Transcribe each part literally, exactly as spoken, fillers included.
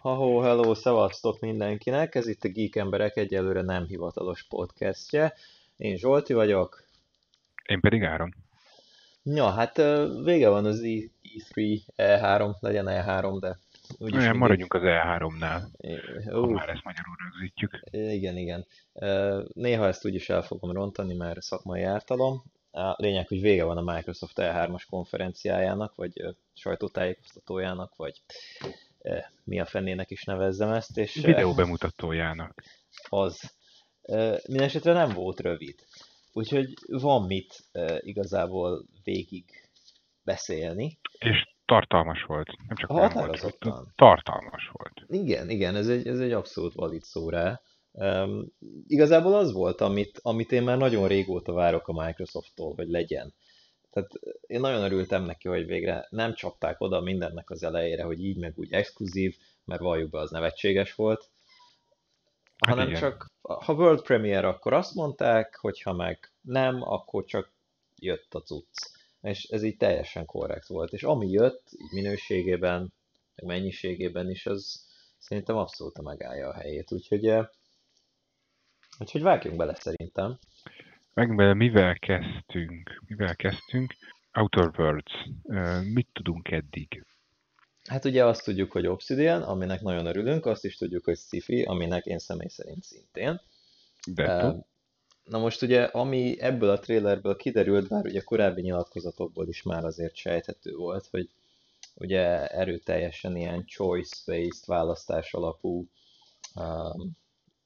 Ahó, hello, szevasztok mindenkinek! Ez itt a Geek Emberek egyelőre nem hivatalos podcastje. Én Zsolti vagyok. Én pedig Áron. Ja, hát ö, vége van az E- E3, E három, legyen E három, de úgyis Olyan, mindig... maradjunk az E háromnál, ha Ó, már ezt magyarul rögzítjük. igen, igen. Ö, Néha ezt úgyis el fogom rontani, mert szakmai ártalom. A lényeg, hogy vége van a Microsoft E hármas konferenciájának, vagy ö, sajtótájékoztatójának, vagy ö, mi a fennének is nevezzem ezt, és... ö, Videó bemutatójának. Az. Ö, Mindenesetre nem volt rövid. Úgyhogy van mit ö, igazából végig beszélni. És tartalmas volt. Nem csak olyan volt, hogy Határozottan. tartalmas volt. Igen, igen, ez egy, ez egy abszolút valid szó rá. Um, igazából az volt, amit, amit én már nagyon régóta várok a Microsofttól, hogy legyen. Tehát én nagyon örültem neki, hogy végre nem csapták oda mindennek az elejére, hogy így meg úgy exkluzív, mert valljuk be, az nevetséges volt, Hát hanem igen. csak, ha World Premiere, akkor azt mondták, hogyha meg nem, akkor csak jött a cucc. És ez így teljesen korrekt volt. És ami jött, így minőségében, meg mennyiségében is, az szerintem abszolút megállja a helyét. Úgyhogy, eh, úgyhogy vágjunk bele szerintem. Meg vele mivel kezdtünk? Mivel kezdtünk? Outer Worlds. Ö, Mit tudunk eddig? Hát ugye azt tudjuk, hogy Obsidian, aminek nagyon örülünk, azt is tudjuk, hogy Sci-Fi, aminek én személy szerint szintén. Eh, Deadpool. Na most ugye, ami ebből a trailerből kiderült, bár ugye korábbi nyilatkozatokból is már azért sejthető volt, hogy ugye erőteljesen ilyen choice-based választás alapú um,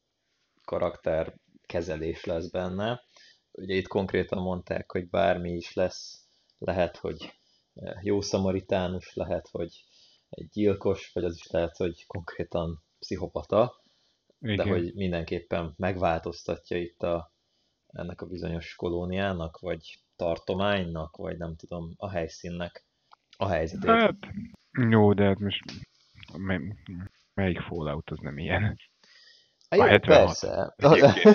karakterkezelés lesz benne. Ugye itt konkrétan mondták, hogy bármi is lesz, lehet, hogy jó szamaritánus, lehet, hogy egy gyilkos, vagy az is lehet, hogy konkrétan pszichopata, de Igen. hogy mindenképpen megváltoztatja itt a, ennek a bizonyos kolóniának, vagy tartománynak, vagy nem tudom, a helyszínnek a helyzetét. Hát, jó, de hát most mely, melyik Fallout az nem ilyen? Hát A jó, hetvenhat persze. egyébként.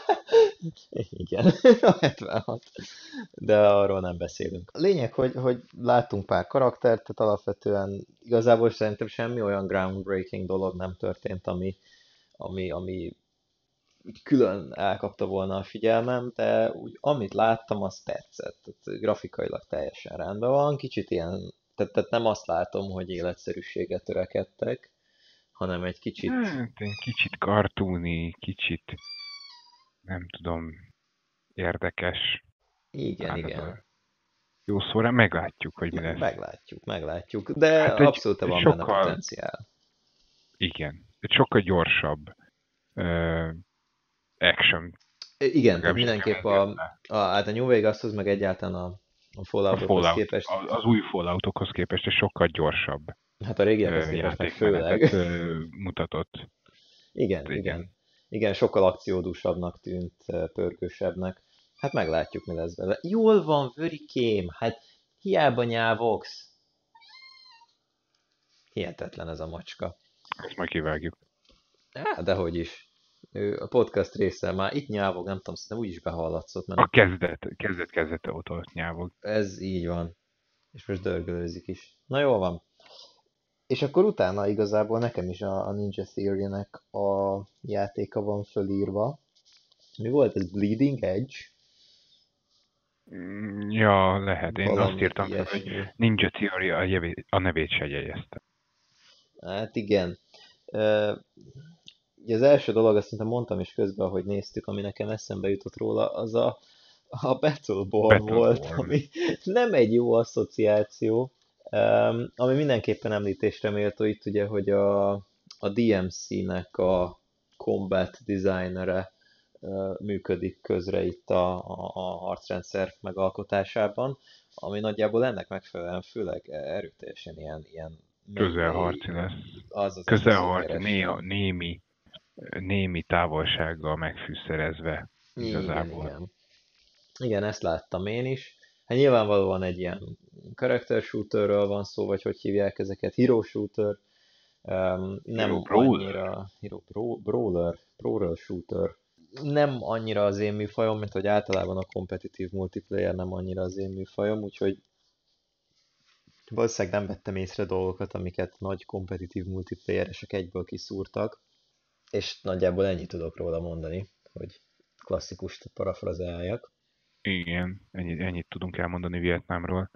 Igen, a hetvenhat. De arról nem beszélünk. A lényeg, hogy, hogy láttunk pár karaktert, tehát alapvetően igazából szerintem semmi olyan groundbreaking dolog nem történt, ami, ami, ami úgy külön elkapta volna a figyelmem, de úgy, amit láttam, az tetszett. Tehát grafikailag teljesen rendben van, kicsit ilyen, tehát, tehát nem azt látom, hogy életszerűségre törekedtek, hanem egy kicsit, Hát, egy kicsit kartúni, kicsit nem tudom, érdekes. igen, Talán ez igen, a jó szóra, meglátjuk, hogy mi me- lesz. meglátjuk, meglátjuk, de Hát egy, abszolút egy van benne sokkal, potenciál. igen, egy sokkal gyorsabb uh, action, Igen, tehát legalábbis nekem mindenképp ez a, jött le. a, hát a New Vegashoz, meg egyáltalán a, a A Falloutokhoz Fallout, képest, az, az új Falloutokhoz képest egy sokkal gyorsabb hát a régiekhez uh, képest meg játékmenetet főleg. uh, mutatott. Igen, igen. Igen. Igen, sokkal akciódúsabbnak tűnt, pörgősebbnek. Hát meglátjuk, mi lesz vele. Jól van, vörikém, hát hiába nyávogsz. Hihetetlen ez a macska. Ezt majd kivágjuk. Á, dehogy is. Ő a podcast része már itt nyávog, nem tudom, szerintem úgy is behallatszott, mert A nem, kezdet, kezdet kezdete óta ott nyávog. ez így van. És most dörgölőzik is. Na jól van. És akkor utána igazából nekem is a, a Ninja Theory-nek a játéka van fölírva. Mi volt ez? Bleeding Edge? Mm, ja, lehet. Én azt Valami írtam fel, hogy ilyesmi. Ninja Theory a, jevé, a nevét se jegyezte. Hát igen. Ö, Ugye az első dolog, azt szerintem mondtam is közben, hogy néztük, ami nekem eszembe jutott róla, az a, a Battleborn volt, Battleborn. ami nem egy jó asszociáció, um, ami mindenképpen említésre méltó itt ugye, hogy a, a dé em cé-nek a combat designere uh, működik közre itt a, a, a harcrendszer megalkotásában, ami nagyjából ennek megfelelően főleg erőteljesen ilyen, ilyen melee, Közelharci lesz. az az ezt a szót Közelharci, néha, kerestem. némi, némi távolsággal megfűszerezve Igen, igazából. igen. Igen, ezt láttam én is. Hát nyilvánvalóan egy ilyen character shooterről van szó, vagy hogy hívják ezeket, hero shooter. Um, Hero nem Brawler? annyira hero bro, brawler, brawler shooter. Nem annyira az én műfajom, mint hogy általában a kompetitív multiplayer nem annyira az én műfajom, úgyhogy Valószínűleg nem vettem észre dolgokat, amiket nagy kompetitív multiplayeresek egyből kiszúrtak, és nagyjából ennyit tudok róla mondani, hogy klasszikust parafrazeáljak. Igen, ennyit, ennyit tudunk elmondani Vietnámról.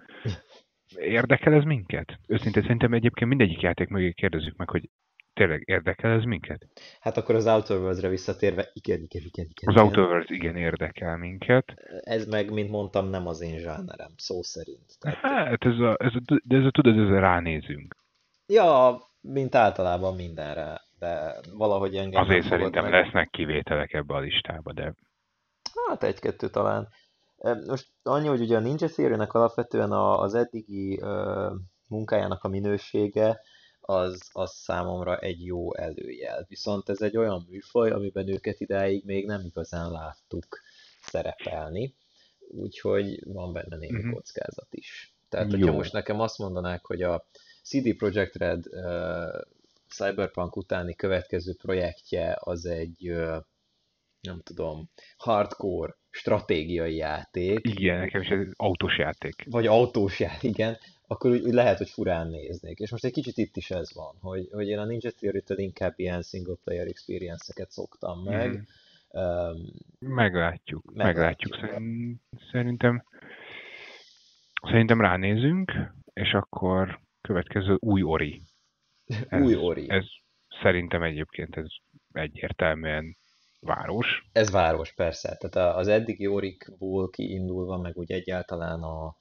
Érdekel ez minket? Őszintén szerintem egyébként mindegyik játék mögé kérdezzük meg, hogy tényleg érdekel ez minket? Hát akkor az Outer Worlds-re visszatérve, igen, igen, igen, igen, Az igen. Outer Worlds igen érdekel minket. Ez meg, mint mondtam, nem az én zsánerem, szó szerint. Tehát, Hát ez a, ez a, de ez a, tudod, ez a ránézünk. ja, mint általában mindenre, de valahogy engem nem Azért fogott szerintem meg. lesznek kivételek ebbe a listába, de Hát egy-kettő talán. Most annyi, hogy ugye a Ninja Theory-nek alapvetően a, az eddigi ö, munkájának a minősége az, az számomra egy jó előjel. Viszont ez egy olyan műfaj, amiben őket idáig még nem igazán láttuk szerepelni, úgyhogy van benne némi uh-huh. kockázat is. Tehát, Jó. hogyha most nekem azt mondanák, hogy a cé dé Projekt Red uh, Cyberpunk utáni következő projektje az egy uh, nem tudom, hardcore stratégiai játék, Igen, nekem is ez autós játék. vagy autós játék, igen, akkor úgy, úgy lehet, hogy furán néznék. És most egy kicsit itt is ez van, hogy, hogy én a Ninja Theory-től inkább ilyen single player experience-eket szoktam meg. Mm. Um, meglátjuk, meglátjuk. meglátjuk. Szerintem, szerintem ránézünk, és akkor következő új Ori. Ez, új Ori. Ez szerintem egyébként ez egyértelműen város. Ez város, persze. Tehát az eddigi Orikból kiindulva, meg úgy egyáltalán a...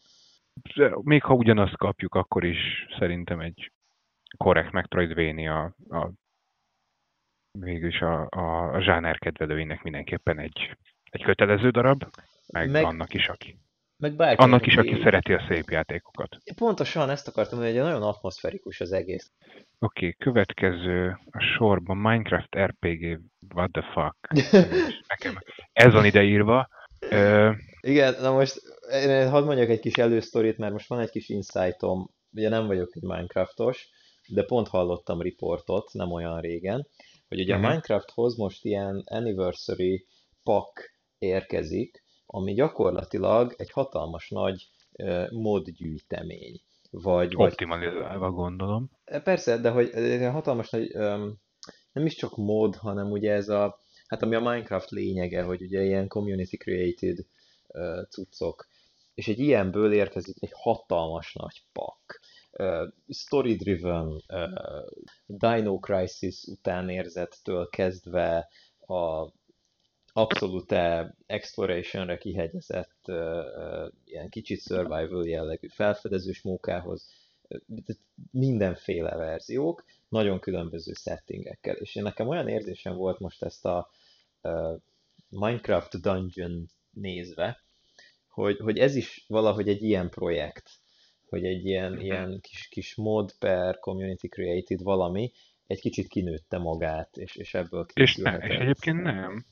Még ha ugyanazt kapjuk, akkor is szerintem egy korrekt Metroidvania a, a végülis a, a, a zsáner kedvelőinek mindenképpen egy, egy kötelező darab, meg, meg annak is, aki. Meg bárki, Annak is, aki szereti a szép játékokat. Pontosan ezt akartam mondani, hogy nagyon atmoszferikus az egész. Oké, okay, következő a sorban Minecraft er pé gé, what the fuck. Nekem ez van ideírva. Uh, Igen, na most hadd mondjak egy kis elősztorit, mert most van egy kis insightom, ugye nem vagyok egy Minecraftos, de pont hallottam riportot, nem olyan régen, hogy ugye uh-huh. a Minecrafthoz most ilyen anniversary pack érkezik, ami gyakorlatilag egy hatalmas nagy uh, modgyűjtemény. Vagy, optimalizálva vagy... gondolom. Persze, de hogy hatalmas nagy, um, nem is csak mod, hanem ugye ez a, hát ami a Minecraft lényege, hogy ugye ilyen community created uh, cuccok. És egy ilyenből érkezik egy hatalmas nagy pak. Uh, story driven, uh, Dino Crisis utánérzettől kezdve a abszolút explorationre kihegyezett uh, uh, ilyen kicsit survival jellegű felfedezős mókához, mindenféle verziók, nagyon különböző settingekkel. És én nekem olyan érzésem volt most ezt a uh, Minecraft Dungeon nézve, hogy, hogy ez is valahogy egy ilyen projekt, hogy egy ilyen, mm-hmm. ilyen kis, kis mod per community created valami egy kicsit kinőtte magát, és, és ebből készülhetett. És, ne, és egyébként nem.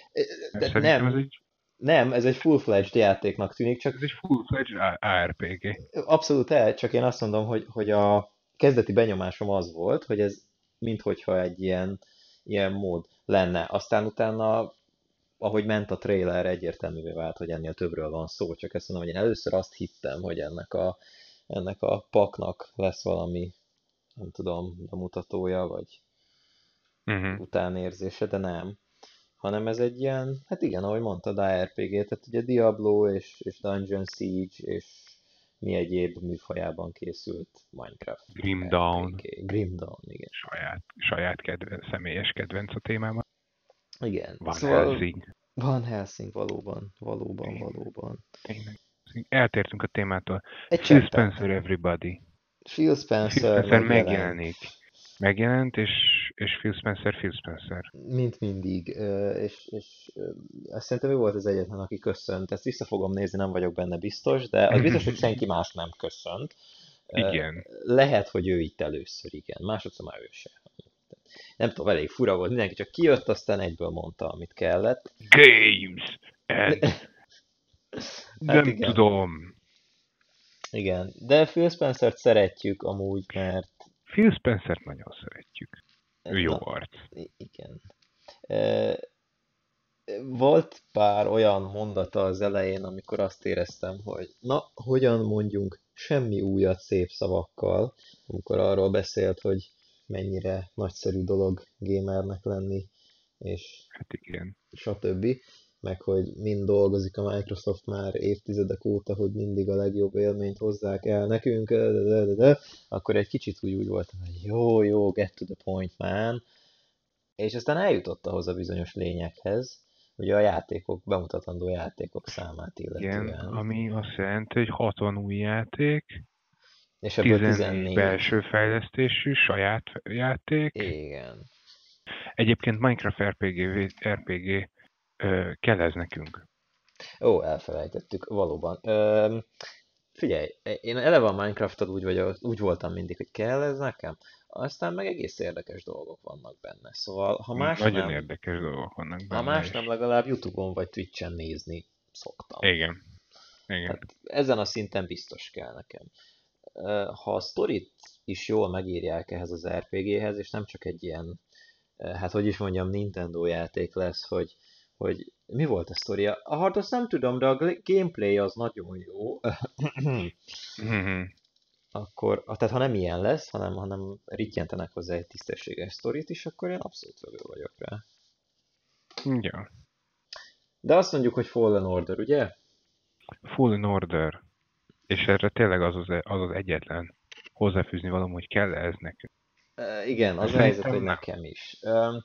De nem. Ez egy... Nem, ez egy full-fledged játéknak tűnik, csak... Ez egy full-fledged á er pé gé. Abszolút el, csak én azt mondom, hogy, hogy a kezdeti benyomásom az volt, hogy ez minthogyha egy ilyen, ilyen mód lenne. Aztán utána, ahogy ment a trailer, egyértelművé vált, hogy ennél többről van szó. Csak ezt mondom, hogy én először azt hittem, hogy ennek a, ennek a paknak lesz valami, nem tudom, bemutatója, vagy uh-huh. utánérzése, de nem. Hanem ez egy ilyen, hát igen, ahogy mondtad, á er pé gé, tehát ugye Diablo és, és Dungeon Siege és mi egyéb műfajában készült Minecraft. Grim Dawn. Grim Dawn, igen. Saját, saját kedven, személyes kedvenc a témában. Igen. Van szóval Helsing. Van Helsing, valóban, valóban, Tényleg. valóban. Tényleg. Eltértünk a témától. Egy Phil Spencer Everybody. Phil Spencer, Phil Spencer megjelenik. Megjelent, és, és Phil Spencer, Phil Spencer. Mint mindig, és, és azt szerintem ő volt az egyetlen, aki köszönt. Ezt vissza fogom nézni, nem vagyok benne biztos, de az biztos, hogy senki más nem köszönt. Igen. Lehet, hogy ő itt először, igen. Másodszor már ő sem. Nem tudom, elég fura volt. Mindenki csak kijött, aztán egyből mondta, amit kellett. Games! And... hát nem igen. tudom. Igen, de Phil Spencer-t szeretjük amúgy, mert Phil Spencer-t nagyon szeretjük. Ő jó Na, arc. Igen. E, volt pár olyan mondata az elején, amikor azt éreztem, hogy na, hogyan mondjunk semmi újat szép szavakkal, amikor arról beszélt, hogy mennyire nagyszerű dolog gamernek lenni, és Hát igen. stb. Meg hogy mind dolgozik a Microsoft már évtizedek óta, hogy mindig a legjobb élményt hozzák el nekünk, de, de, de, de. Akkor egy kicsit úgy, úgy voltam, hogy jó, jó, get to the point, man. És aztán eljutott ahhoz a bizonyos lényeghez, ugye a játékok, bemutatandó játékok számát Igen, illetően. ami azt jelenti, hogy hatvan új játék, És ebből tizennégy tizennégy. belső fejlesztésű saját játék. Igen. Egyébként Minecraft er pé gé, er pé gé ö, kell ez nekünk. Ó, elfelejtettük, valóban. Öm, figyelj, én eleve a Minecraftot úgy, vagy, úgy voltam mindig, hogy kell ez nekem, aztán meg egész érdekes dolgok vannak benne. Szóval, ha más Nagyon nem, érdekes dolgok vannak ha benne más nem, is. legalább YouTube-on vagy Twitch-en nézni szoktam. Igen, igen. Tehát ezen a szinten biztos kell nekem. Ö, Ha a sztorit is jól megírják ehhez az er pé géhez, és nem csak egy ilyen, hát hogy is mondjam, Nintendo játék lesz, hogy, hogy mi volt a sztoria? Hát azt nem tudom, de a gameplay az nagyon jó. Mhm. Akkor, tehát ha nem ilyen lesz, hanem, hanem rittyentenek hozzá egy tisztességes sztorit is, akkor én abszolút vevő vagyok rá. Ja. De azt mondjuk, hogy Fallen Order, ugye? Fallen Order. És erre tényleg az az, az, az egyetlen hozzáfűzni valami, hogy kell ez nekünk. E, igen, az a helyzet, Szerintem hogy nem. nekem is. E,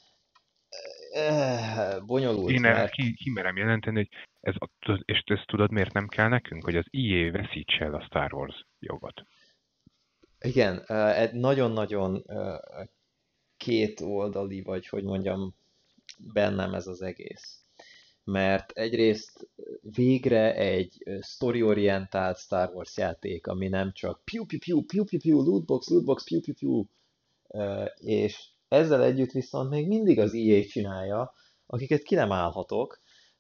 e, bonyolult, Én ezt mert ki, kimerem jelenteni, hogy ez, és ezt tudod, miért nem kell nekünk? Hogy az i á veszítse el a Star Wars jogot. igen, e, egy nagyon-nagyon e, két oldali, vagy hogy mondjam, bennem ez az egész. Mert egyrészt végre egy story-orientált Star Wars játék, ami nem csak piu piu piu piu piu piu lootbox, lootbox, piu piu piu, és ezzel együtt viszont még mindig az i á csinálja, akiket ki nem állhatok.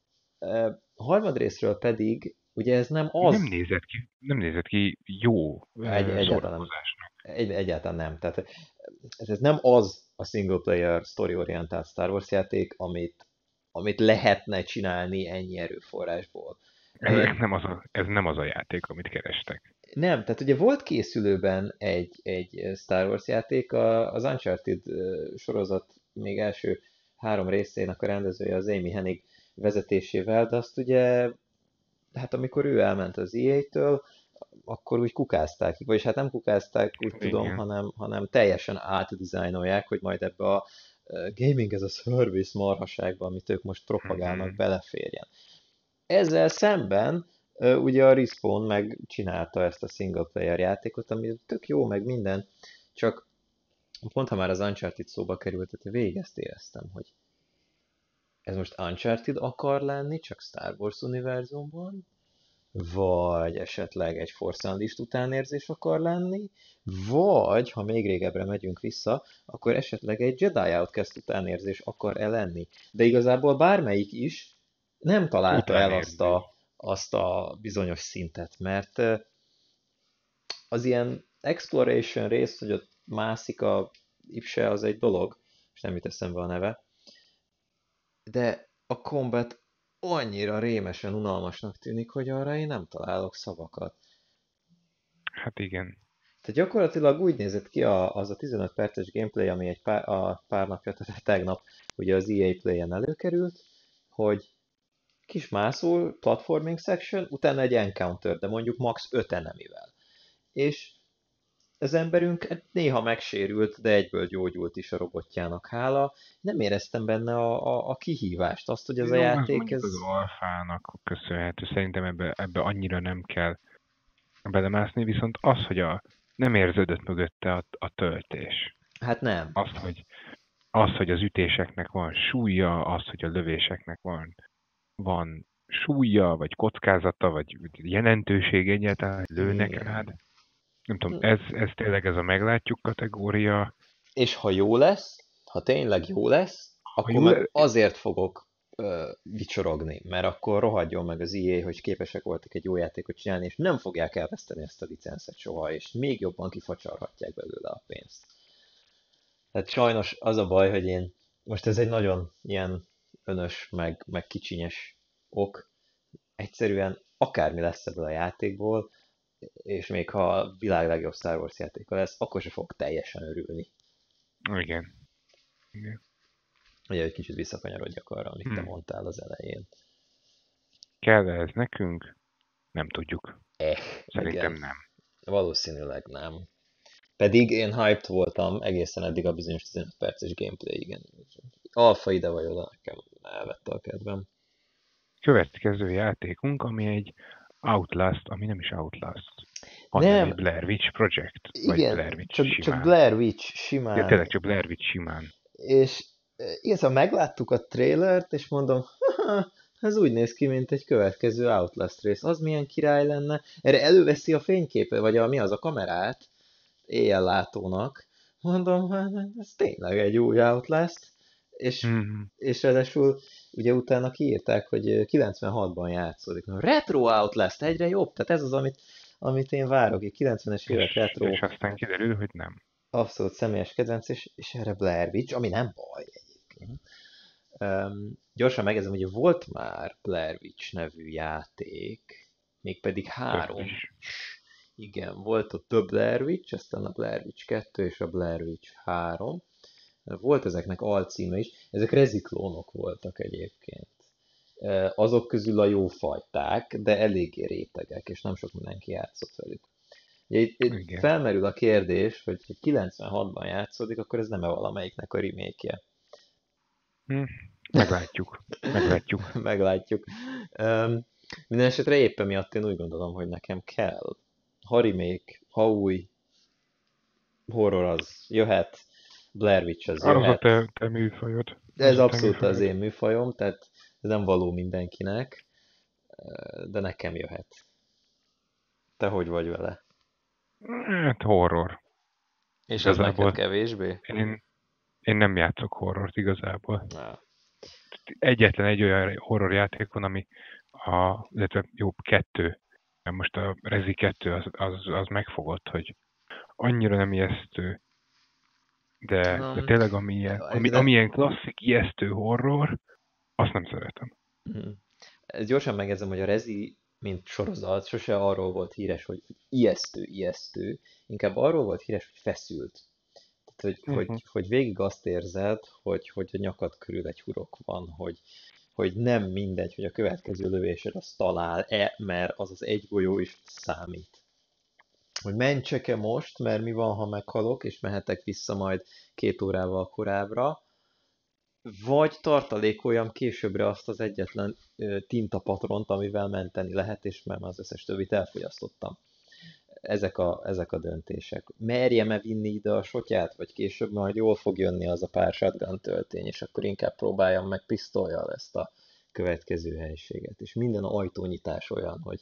A harmadrészről pedig, ugye ez nem Nem az, nézett ki, nem nézett ki jó egy, ö, egyáltalán nem, szórakozásnak. egy, egyáltalán nem. Tehát ez nem az a single player story-orientált Star Wars játék, amit, amit lehetne csinálni ennyi erőforrásból. Ez nem az a, ez nem az a játék, amit kerestek. Nem, tehát ugye volt készülőben egy, egy Star Wars játék, a, az Uncharted sorozat még első három részének a rendezője az Amy Hennig vezetésével, de azt ugye, hát amikor ő elment az i á-től, akkor úgy kukázták, vagyis hát nem kukázták, úgy tudom, Igen. hanem, hanem teljesen átdizájnolják, hogy majd ebbe a gaming as a service marhaságba, amit ők most propagálnak, Mhm. beleférjen. Ezzel szemben ugye a Respawn meg csinálta ezt a single player játékot, ami tök jó, meg minden, csak pont ha már az Uncharted szóba került, tehát végig ezt éreztem, hogy ez most Uncharted akar lenni, csak Star Wars univerzumban, vagy esetleg egy Force Unleashed utánérzés akar lenni, vagy, ha még régebbre megyünk vissza, akkor esetleg egy Jedi Outcast utánérzés akar-e lenni. De igazából bármelyik is nem találta el azt Utánérzés. a, azt a bizonyos szintet, mert az ilyen exploration rész, hogy ott mászik a ipse, az egy dolog, és nem jut eszembe a neve, de a combat annyira rémesen unalmasnak tűnik, hogy arra én nem találok szavakat. Hát igen. Tehát gyakorlatilag úgy nézett ki a, az a tizenöt perces gameplay, ami egy pár, a pár napja, tehát tegnap ugye az i á Play-en előkerült, hogy kis mászó, platforming section, utána egy encounter, de mondjuk max. öt enemivel. És az emberünk néha megsérült, de egyből gyógyult is a robotjának hála. Nem éreztem benne a, a, a kihívást, azt, hogy ez a Jó, ez játék, mondjuk ez... az alfának köszönhető. Szerintem ebbe, ebbe annyira nem kell belemászni, viszont az, hogy a, nem érződött mögötte a, a töltés. Hát nem. Azt, hogy, az, hogy az ütéseknek van súlya, az, hogy a lövéseknek van, van súlya, vagy kockázata, vagy jelentőség egyáltalán, hogy lőnek Igen. rád. Nem tudom, ez, ez tényleg ez a meglátjuk kategória. És ha jó lesz, ha tényleg jó lesz, akkor jó meg le- azért fogok ö, vicsorogni, mert akkor rohadjon meg az i á, hogy képesek voltak egy jó játékot csinálni, és nem fogják elveszteni ezt a licenszet soha, és még jobban kifacsarhatják belőle a pénzt. Tehát sajnos az a baj, hogy én, most ez egy nagyon ilyen önös, meg, meg kicsinyes ok, egyszerűen akármi lesz ebből a játékból, és még ha a világ legjobb Star Wars játéka lesz, akkor se fog teljesen örülni. Igen. Igen. Ugye, egy kicsit visszakanyarodjak arra, amit te Hm. mondtál az elején. Kell ez nekünk? Nem tudjuk. Eh, Szerintem igen. nem. Valószínűleg nem. Pedig én hyped voltam egészen eddig a bizonyos tizenöt perces gameplay, igen. Alfa ide vagy oda, nekem elvette a kedvem. Következő játékunk, ami egy Outlast, ami nem is Outlast, hanem Nem, egy Blair Witch Project, vagy igen, Blair Witch csak, csak simán. Blair Witch Ja, simán. tényleg csak Blair Witch simán. És e, igazán megláttuk a trailert, és mondom, haha, ez úgy néz ki, mint egy következő Outlast rész. Az milyen király lenne. Erre előveszi a fényképet, vagy a, mi az a kamerát, éjjellátónak. Mondom, hát ez tényleg egy új Outlast. És, Mm-hmm. és ráadásul ugye utána kiírták, hogy kilencvenhatban játszódik. No, retro Outlast, egyre jobb. Tehát ez az, amit, amit én várok. Egy kilencvenes évek És, retro. és aztán kiderül, hogy nem. Abszolút személyes kedvenc, és, és erre Blair Witch, ami nem baj egyébként. Um, gyorsan megjegyzem, hogy volt már Blair Witch nevű játék, mégpedig három. Több is. Igen, volt a The Blair Witch, aztán a Blair Witch kettő és a Blair Witch három. Volt ezeknek alcíme is, ezek reziklónok voltak egyébként. Uh, azok közül a jó fajták, de eléggé rétegek, és nem sok mindenki játszott velük. Ugye itt, itt felmerül a kérdés, hogy ha kilencvenhatban játszódik, akkor ez nem-e valamelyiknek a remake-je? Hm, meglátjuk. Meglátjuk. Meglátjuk. Um, minden esetre éppen miatt én úgy gondolom, hogy nekem kell. Ha remake, ha új horror az jöhet, Blair Witch az jöhet. Az a te, te műfajod. De ez abszolút az én műfajom, tehát ez nem való mindenkinek, de nekem jöhet. Te hogy vagy vele? Hát horror. És az neked kevésbé? Én, én nem játszok horrort igazából. Na. Egyetlen egy olyan horror játék van, ami a, illetve jobb kettő, mert most a Rezi kettő az, az, az megfogott, hogy annyira nem ijesztő, de, um, de tényleg amilyen, ami, de... amilyen klasszik ijesztő horror, azt nem szeretem. Mm. Gyorsan megjegyzem, hogy a Rezi, mint sorozat, sose arról volt híres, hogy ijesztő, ijesztő, inkább arról volt híres, hogy feszült. Tehát, hogy, uh-huh. hogy, hogy végig azt érzed, hogy, hogy a nyakad körül egy hurok van, hogy, hogy nem mindegy, hogy a következő lövésed az talál-e, mert az az egy golyó is számít. Hogy mentsek-e most, mert mi van, ha meghalok, és mehetek vissza majd két órával korábbra, vagy tartalékoljam későbbre azt az egyetlen ö, tintapatront, amivel menteni lehet, és mert az összes többit elfogyasztottam. Ezek a, ezek a döntések. Merjem-e vinni ide a sotyát, vagy később majd jól fog jönni az a pár shotgun töltény, és akkor inkább próbáljam meg pisztolyjal ezt a következő helységet. És minden ajtónyitás olyan, hogy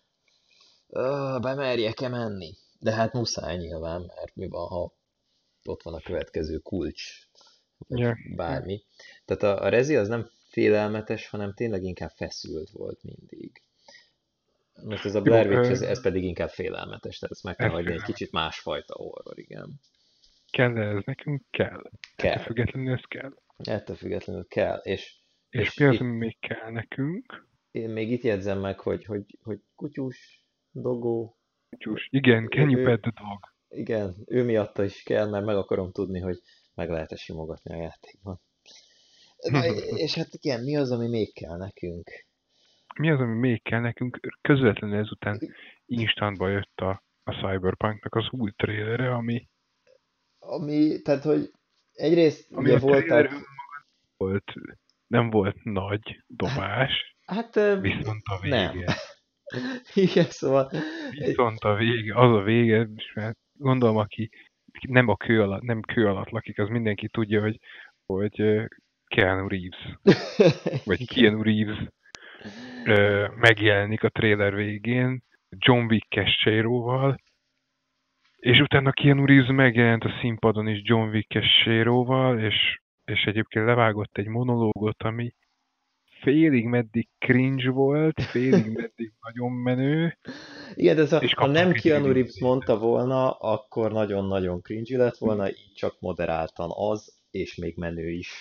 ö, bemerjek-e menni? De hát muszáj nyilván, mert mi van, ha ott van a következő kulcs, vagy yeah. bármi. Tehát a, a Rezi az nem félelmetes, hanem tényleg inkább feszült volt mindig. Most ez a Blair Witch, ez, ez pedig inkább félelmetes, tehát ezt meg kell hagyni, egy kicsit másfajta horror, igen. Kell ez nekünk? Kell. Kell. Ettől függetlenül ez kell. Ettől függetlenül kell. És, és, és mi az, ami még kell nekünk? Én még itt jegyzem meg, hogy, hogy, hogy kutyus, dogó. Kutyus, igen, can you pet the dog? Igen, ő miatta is kell, mert meg akarom tudni, hogy meg lehet-e simogatni a játékban. Na, és hát igen, mi az, ami még kell nekünk? Mi az, ami még kell nekünk? Közvetlenül ezután instantba jött a, a Cyberpunknak az új trailere, ami... Ami, tehát, hogy egyrészt ami ugye voltak... Volt, nem volt nagy dobás, hát, viszont a vége. Nem. Igen, szóval... Viszont a vége, az a vége, mert gondolom, aki nem a kő alatt, nem kő alatt lakik, az mindenki tudja, hogy, hogy Keanu Reeves, vagy Keanu Reeves megjelenik a trailer végén, John Wick-es séróval, és utána Keanu Reeves megjelent a színpadon is John Wick-es séróval, és, és egyébként levágott egy monológot, ami félig meddig cringe volt, félig meddig nagyon menő. Igen, de ez a, ha nem Keanu Reeves mondta volna, akkor nagyon-nagyon cringe lett volna, így csak moderáltan az, és még menő is.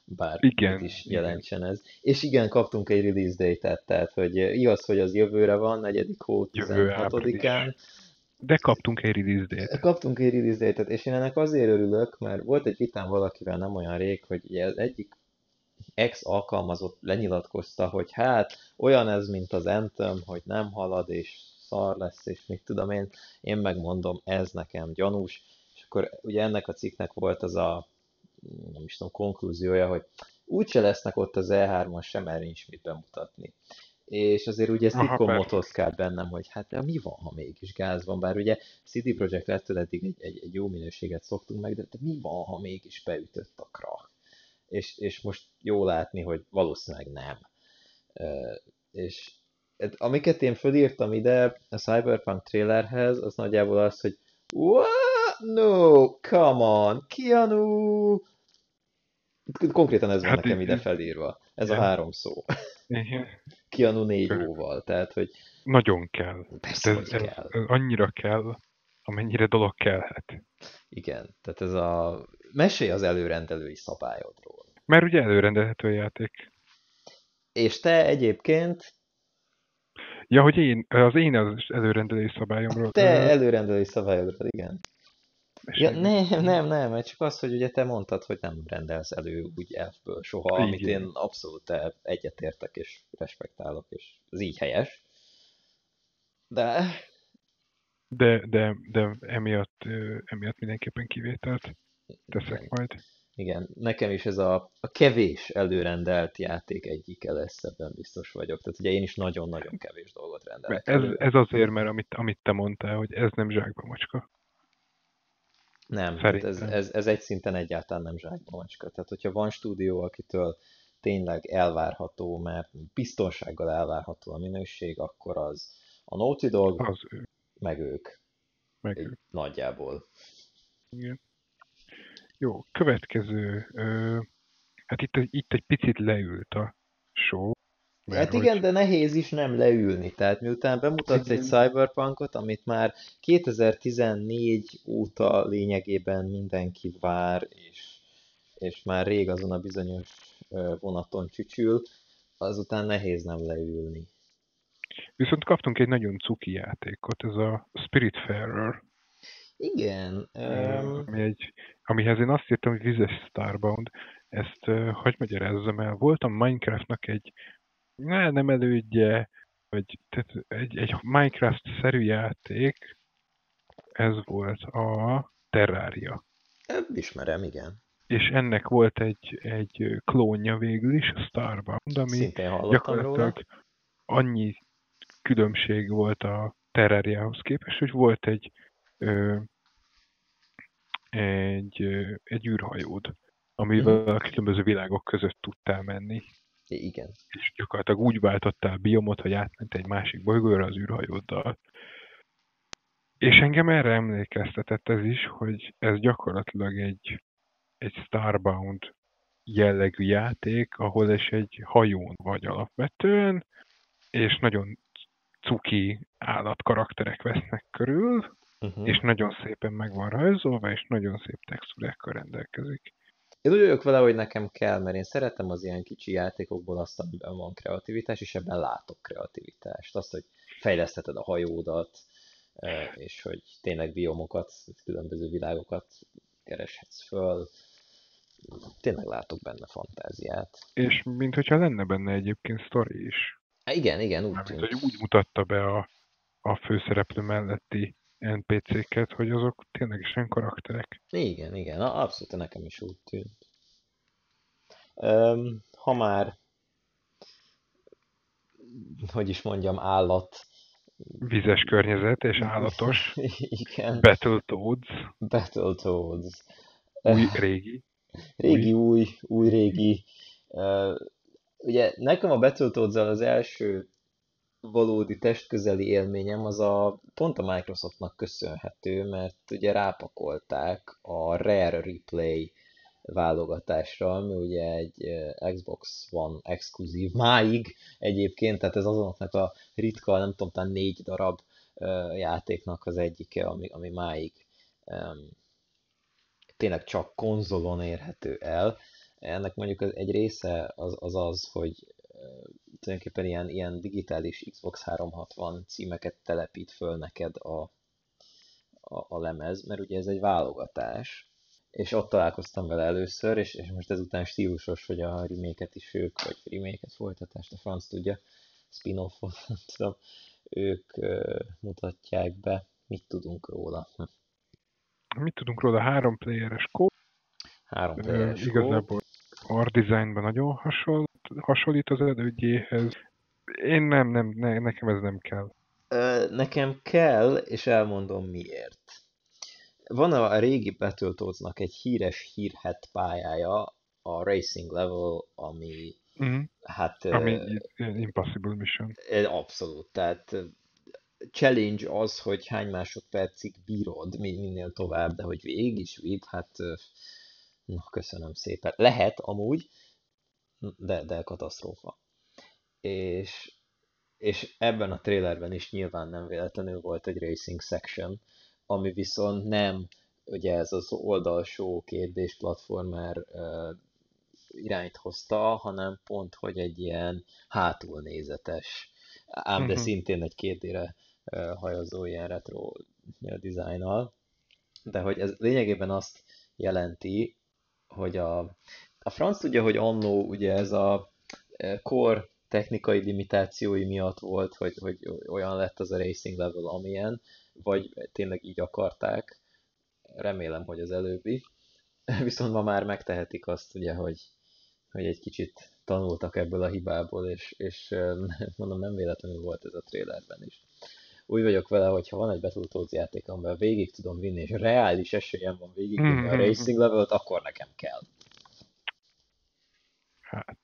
bár mit Igen, is igen. jelentsen ez. És igen, kaptunk egy release date-et, tehát hogy igaz, hogy az jövőre van, negyedik hó Jövő tizenhatodikán. április. De kaptunk egy release date. Kaptunk egy release date-et, és én ennek azért örülök, mert volt egy vitám valakivel nem olyan rég, hogy ugye az egyik ex-alkalmazott lenyilatkozta, hogy hát olyan ez, mint az Anthem, hogy nem halad, és szar lesz, és mit tudom én. Én megmondom, ez nekem gyanús. És akkor ugye ennek a cikknek volt az a, nem is tudom, konklúziója, hogy úgyse lesznek ott az E hármas sem, mert nincs mit bemutatni. És azért ugye ezt így Aha, persze. kommotozkált bennem, hogy hát de mi van, ha mégis gáz van, bár ugye cé dé Projekt Red-től eddig egy, egy, egy jó minőséget szoktunk meg, de, de mi van, ha mégis beütött a krach? És, és most jó látni, hogy valószínűleg nem. Uh, és et, amiket én fölírtam ide a Cyberpunk trailerhez, az nagyjából az, hogy what? No, come on, Keanu! Konkrétan ez van Hát nekem i- ide i- felírva. Ez a igen. három szó. Igen. Keanu négy Körül. óval. Tehát, hogy Nagyon kell. persze, Tehát ez, hogy ez, kell. ez annyira kell, amennyire dolog kellhet. Igen. Tehát ez a... Mesélj az előrendelői szabályodról. Mert ugye előrendelhető a játék. És te egyébként, Ja, hogy én, az én az előrendelés szabályomról te ö, előrendelői szabályodról, igen. Ja, mesélni. nem, nem, nem, mert csak az, hogy ugye te mondtad, hogy nem rendelsz elő úgy elfből soha, amit én Igen. abszolút egyetértek és respektálok, és ez így helyes. De De, de, de emiatt, ö, emiatt mindenképpen kivételt teszek igen, majd. igen, nekem is ez a, a kevés előrendelt játék egyike lesz, ebben biztos vagyok. Tehát ugye én is nagyon-nagyon kevés dolgot rendelek Mert ez, elő. ez azért, mert amit, amit te mondtál, hogy ez nem zsákba macska. Nem, tehát ez, Szerintem. ez, ez egy szinten egyáltalán nem zsákba macska. Tehát hogyha van stúdió, akitől tényleg elvárható, mert biztonsággal elvárható a minőség, akkor az a Naughty Dog, Az ő, meg ők. meg Egy ő. nagyjából. Igen. Jó, következő. Ö, hát itt, itt egy picit leült a show, mert Hát igen, hogy de nehéz is nem leülni. Tehát miután bemutatsz egy igen, Cyberpunkot, amit már kétezer-tizennégy óta lényegében mindenki vár, és, és már rég azon a bizonyos ö, vonaton csücsül, azután nehéz nem leülni. viszont kaptunk egy nagyon cuki játékot, ez a Spiritfarer, Igen, ö, öm, ami egy, amihez én azt írtam, hogy vizes Starbound. Ezt ö, hogy magyarázzam el? Voltam Minecraftnak egy, ne, nem elődje, vagy tehát egy, egy Minecraft-szerű játék, ez volt a Terraria. ismerem, igen. És ennek volt egy, egy klónja végül is, a Starbound, ami Szintén hallottam róla. gyakorlatilag annyi különbség volt a Terrariához képest, hogy volt egy ö, egy, ö, egy űrhajód, Uh-huh. amivel a különböző világok között tudtál menni, Igen. és gyakorlatilag úgy váltottál biomot, hogy átment egy másik bolygóra az űrhajóddal. És engem erre emlékeztetett ez is, hogy ez gyakorlatilag egy, egy Starbound jellegű játék, ahol is egy hajón vagy alapvetően, és nagyon cuki állatkarakterek vesznek körül, Uh-huh. és nagyon szépen meg van rajzolva, és nagyon szép textúrákkal rendelkezik. Én úgy vagyok vele, hogy nekem kell, mert én szeretem az ilyen kicsi játékokból azt, amiben van kreativitás, és ebben látok kreativitást. Azt, hogy fejlesztheted a hajódat, és hogy tényleg biomokat, különböző világokat kereshetsz föl. Tényleg látok benne fantáziát. És mint hogyha lenne benne egyébként sztori is. Há, igen, igen, úgy Mármint, tűnt. hogy úgy mutatta be a, a főszereplő melletti en pé cé-ket, hogy azok ténylegesen karakterek. Igen, igen, abszolút nekem is úgy tűnt. Um, ha már, hogy is mondjam, állat. Vizes környezet és állatos. Igen, Battletoads. Battletoads. Új, régi. Régi, új, új, régi. Uh, ugye nekem a Battletoads-al az első valódi testközeli élményem az a pont a Microsoftnak köszönhető, mert ugye rápakolták a Rare Replay válogatásra, ami ugye egy Xbox One exkluzív máig egyébként, tehát ez azonoknak a ritka, nem tudom, talán négy darab játéknak az egyike, ami, ami máig um, tényleg csak konzolon érhető el, ennek mondjuk az egy része az az, az hogy tulajdonképpen ilyen, ilyen digitális Xbox háromszázhatvan címeket telepít föl neked a, a, a lemez, mert ugye ez egy válogatás, és ott találkoztam vele először, és, és most ezután stílusos, hogy a remake-et is ők, vagy remake-et, folytatást, a franc tudja, spin-offot, nem tudom, ők uh, mutatják be, mit tudunk róla. Mit tudunk róla? Három playeres kód. Három Uh, playeres kód. igazából art designban nagyon hasonlít, hasonlít az elődjéhez. Én nem, nem, ne, nekem ez nem kell. Uh, nekem kell, és elmondom miért. Van a régi Battletoadsnak egy híres hírhedt pályája, a Racing Level, ami Mm. hát... Ami uh, Impossible Mission. Abszolút, tehát challenge az, hogy hány másodpercig bírod minél tovább, de hogy végig is vidd, hát na, köszönöm szépen. Lehet amúgy, de, de katasztrófa. És, és ebben a trailerben is nyilván nem véletlenül volt egy racing section, ami viszont nem ugye ez az oldalsó kérdés platformer uh, irányt hozta, hanem pont, hogy egy ilyen hátulnézetes, ám de Uh-huh. szintén egy kétére uh, hajazó ilyen retro dizájnnal, de hogy ez lényegében azt jelenti, hogy a, a franc tudja, hogy annó ugye ez a core technikai limitációi miatt volt, hogy, hogy olyan lett az a racing level, amilyen, vagy tényleg így akarták, remélem, hogy az előbbi, viszont ma már megtehetik azt ugye, hogy, hogy egy kicsit tanultak ebből a hibából, és, és mondom, nem véletlenül volt ez a trailerben is. Úgy vagyok vele, hogy ha van egy Battletoads játék, amivel végig tudom vinni, és reális esélyem van végigvinni a racing levelt, akkor nekem kell. Hát.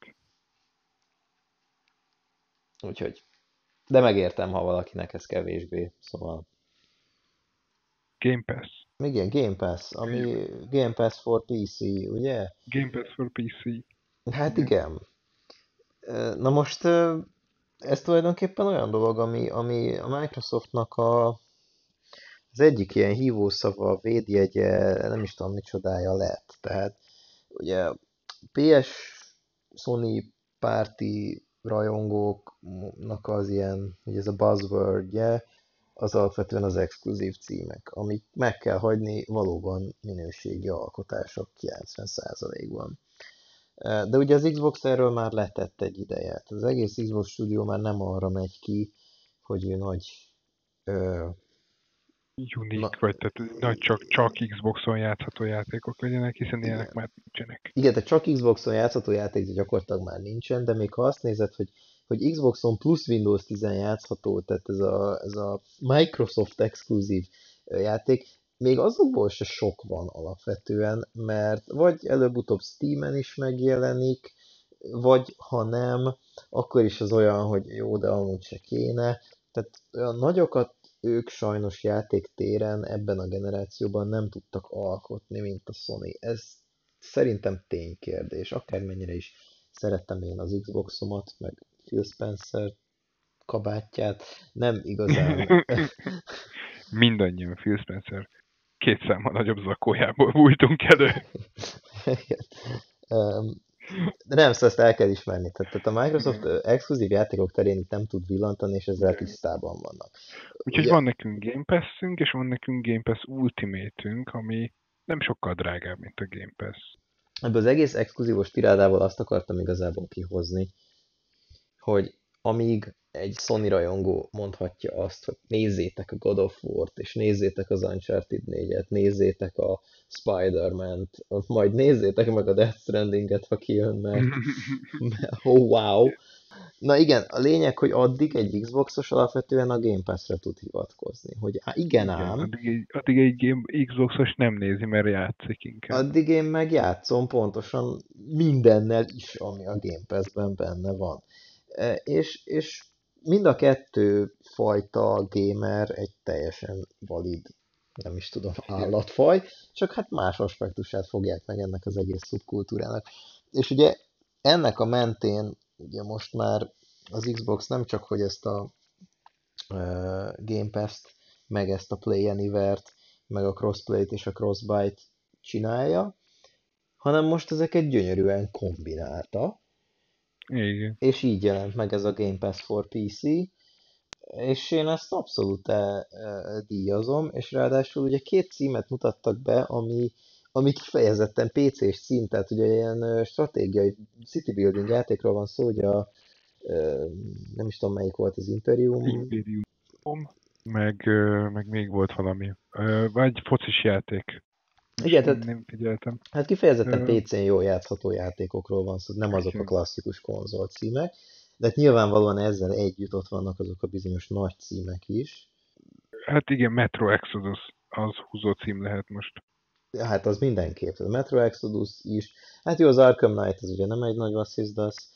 Úgyhogy. De megértem, ha valakinek ez kevésbé, szóval. Game Pass. Igen, Game Pass, ami Game Pass for pé cé, ugye? Game Pass for pé cé. Hát igen. Na most ez tulajdonképpen olyan dolog, ami, ami a Microsoftnak a, az egyik ilyen hívószava, védjegye, nem is tudom micsodája lett. Tehát ugye pé es Sony párti rajongóknak az ilyen, hogy ez a buzzwordje, az alapvetően az exkluzív címek, amik meg kell hagyni valóban minőségi alkotások kilencven százalékban. De ugye az Xbox erről már letett egy ideje. Az egész Xbox stúdió már nem arra megy ki, hogy ő nagy... Ö, Unique, na, vagy tehát nagy csak, csak Xboxon játszható játékok legyenek, hiszen igen. Ilyenek már nincsenek. Igen, tehát csak Xboxon játszható játék gyakorlatilag már nincsen, de még ha azt nézed, hogy, hogy Xboxon plusz Windows tíz játszható, tehát ez a, ez a Microsoft exkluzív játék, még azokból se sok van alapvetően, mert vagy előbb-utóbb Steamen is megjelenik, vagy ha nem, akkor is az olyan, hogy jó, de amúgy se kéne. Tehát olyan nagyokat ők sajnos játéktéren ebben a generációban nem tudtak alkotni, mint a Sony. Ez szerintem ténykérdés. Akármennyire is szerettem én az Xboxomat, meg Phil Spencer kabátját, nem igazán. Mindannyian Phil Spencer két számmal nagyobb zakójából bújtunk elő. De nem, szóval ezt el kell ismerni. Tehát a Microsoft exkluzív játékok terén itt nem tud villantani, és ezzel tisztában vannak. Úgyhogy ugye... van nekünk Game Pass-ünk, és van nekünk Game Pass Ultimate-ünk, ami nem sokkal drágább, mint a Game Pass. Ebből az egész exkluzívos tirádával azt akartam igazából kihozni, hogy amíg egy Sony rajongó mondhatja azt, hogy nézzétek a God of War-t, és nézzétek az Uncharted négyet, nézzétek a Spider-Man-t, majd nézzétek meg a Death Stranding-et, ha kijön, mert oh, wow! Na igen, a lényeg, hogy addig egy Xboxos alapvetően a Game Pass-re tud hivatkozni. Hogy á, igen, igen ám. Addig egy, addig egy game, Xboxos nem nézi, mert játszik inkább. Addig én meg játszom pontosan mindennel is, ami a Game Pass-ben benne van. E, és, és mind a kettő fajta gamer egy teljesen valid, nem is tudom, állatfaj, csak hát más aspektusát fogják meg ennek az egész szubkultúrának. És ugye ennek a mentén ugye most már az Xbox nem csak, hogy ezt a uh, Game Pass-t, meg ezt a Play Anywhere-t, meg a Crossplay-t és a Crossbuy-t csinálja, hanem most ezeket gyönyörűen kombinálta, Igen. és így jelent meg ez a Game Pass for pé cé, és én ezt abszolút e, e, díjazom, és ráadásul ugye két címet mutattak be, ami, ami kifejezetten pé cés cím, tehát ugye ilyen ö, stratégiai city building játékról van szó, ugye a, ö, nem is tudom melyik volt az Imperium, Imperium, meg, ö, meg még volt valami. Ö, Vagy focis játék. igen, Most tehát nem figyeltem. hát kifejezetten Ö, pé cén jól játszható játékokról van szó, nem azok a igen. klasszikus konzol címek, de hát nyilvánvalóan ezzel együtt ott vannak azok a bizonyos nagy címek is. Hát igen, Metro Exodus az húzó cím lehet most. Hát az mindenképp. A Metro Exodus is. Hát jó, az Arkham Knight az ugye nem egy nagy vasszizdasz.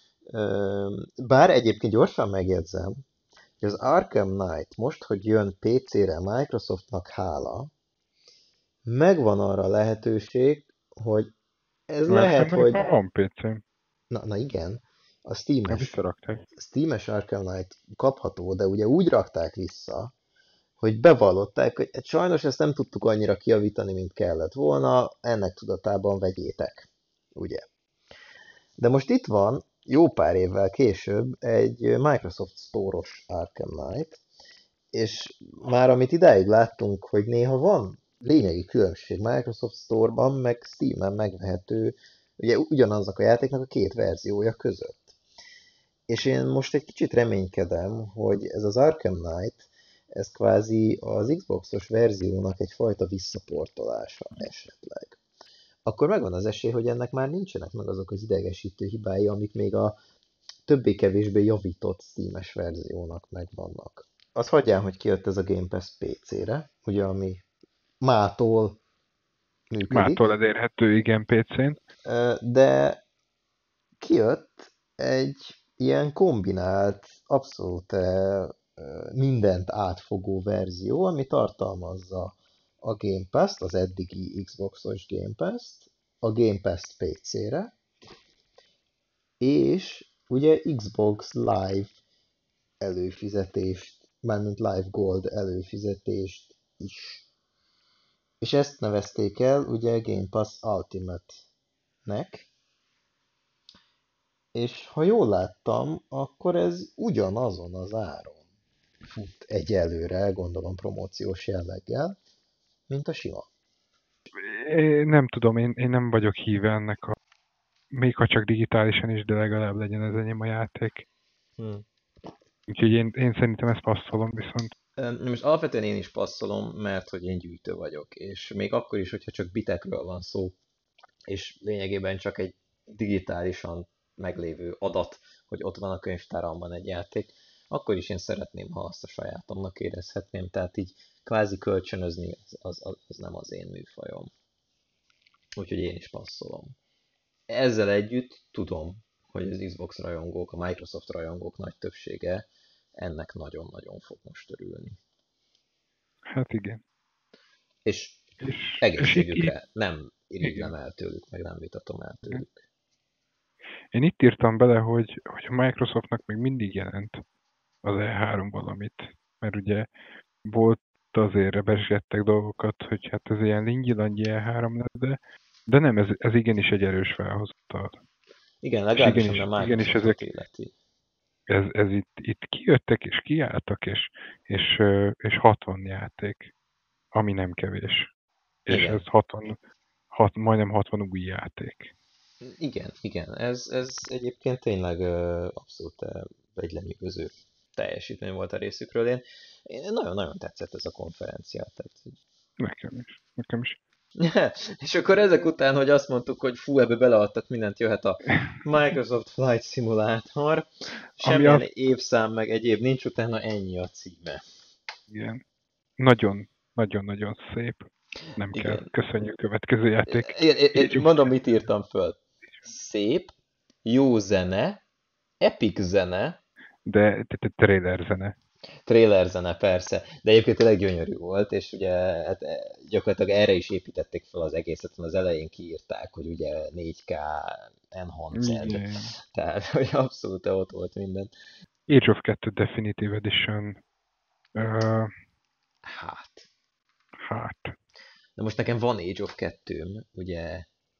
Bár egyébként gyorsan megjegyzem, hogy az Arkham Knight most, hogy jön pé cére Microsoftnak hála, megvan arra a lehetőség, hogy ez Mert lehet, szerintem hogy... már van pé cén. Na, na igen, a Ja, Steam-es, visszarakták. Steam-es Arkham Knight kapható, de ugye úgy rakták vissza, hogy bevallották, hogy hát sajnos ezt nem tudtuk annyira kijavítani, mint kellett volna, ennek tudatában vegyétek, ugye. De most itt van, jó pár évvel később, egy Microsoft Store-os Arkham Knight, és már amit idáig láttunk, hogy néha van lényegi különbség Microsoft Store-ban, meg Steam-en megvehető, ugye ugyanaznak a játéknak a két verziója között. És én most egy kicsit reménykedem, hogy ez az Arkham Knight, ez kvázi az Xboxos verziónak egyfajta visszaportolása esetleg. Akkor megvan az esély, hogy ennek már nincsenek meg azok az idegesítő hibái, amik még a többé-kevésbé javított Steam-es verziónak megvannak. Az hagyján, hogy kijött ez a Game Pass pé cére, ugye, ami mától Mától működik, elérhető, igen, pé cén. de kijött egy ilyen kombinált, abszolút mindent átfogó verzió, ami tartalmazza a Game Pass-t, az eddigi Xboxos Game Pass-t, a Game Pass pé cére, és ugye Xbox Live előfizetést, mármint Live Gold előfizetést is. És ezt nevezték el ugye Game Pass Ultimate-nek, és ha jól láttam, akkor ez ugyanazon az áron fut egyelőre, gondolom promóciós jelleggel, mint a sima. Én nem tudom, én, én nem vagyok híve ennek a... Még ha csak digitálisan is, de legalább legyen ez enyém a játék. Hmm. Úgyhogy én, én szerintem ezt passzolom viszont. Most alapvetően én is passzolom, mert hogy én gyűjtő vagyok, és még akkor is, hogyha csak bitekről van szó, és lényegében csak egy digitálisan meglévő adat, hogy ott van a könyvtáramban egy játék, akkor is én szeretném, ha azt a sajátomnak érezhetném, tehát így kvázi kölcsönözni az, az, az nem az én műfajom. Úgyhogy én is passzolom. Ezzel együtt tudom, hogy az Xbox rajongók, a Microsoft rajongók nagy többsége ennek nagyon-nagyon fog most örülni. Hát igen. És És, egészségükre és itt, nem irigylem igen. el tőlük, meg nem vitatom el tőlük. Én itt írtam bele, hogy, hogy a Microsoftnak még mindig jelent az E három valamit. Mert ugye volt azért rebesgettek dolgokat, hogy hát ez ilyen lingyi-langyi E három lesz, de, de nem, ez, ez igenis egy erős felhozatal. Igen, És legalábbis ami igenis, a igenis Microsoftot ezek, illeti. ez, ez itt, itt kijöttek és kiálltak, és, és, ö, és hatvan játék, ami nem kevés. És Igen, ez hatvan, hat, majdnem hatvan új játék. igen, igen. Ez, ez egyébként tényleg ö, abszolút ö, egy lenyűgöző teljesítmény volt a részükről. Én, én nagyon-nagyon tetszett ez a konferencia. Tehát, hogy- Nekem is. Nekem is. és akkor ezek után, hogy azt mondtuk, hogy fú, ebbe beleadtak mindent, jöhet a Microsoft Flight Simulator, Ami semmilyen azt, évszám meg egyéb nincs, utána ennyi a címe. igen, nagyon, nagyon-nagyon szép. Nem kell. Igen. Köszönjük, következő játék. Én, én, én Age of mondom, mit írtam föl. Szép, jó zene, epic zene, De te- te- trailer zene. trailer zene persze, de egyébként tényleg gyönyörű volt, és ugye hát eh, gyakorlatilag erre is építették fel az egészet, az elején kiírták, hogy ugye négy ká enhanced, Igen. tehát hogy abszolút ott volt minden. Age of kettő Definitive Edition. Uh, Hát, hát. de most nekem van Age of kettőm, ugye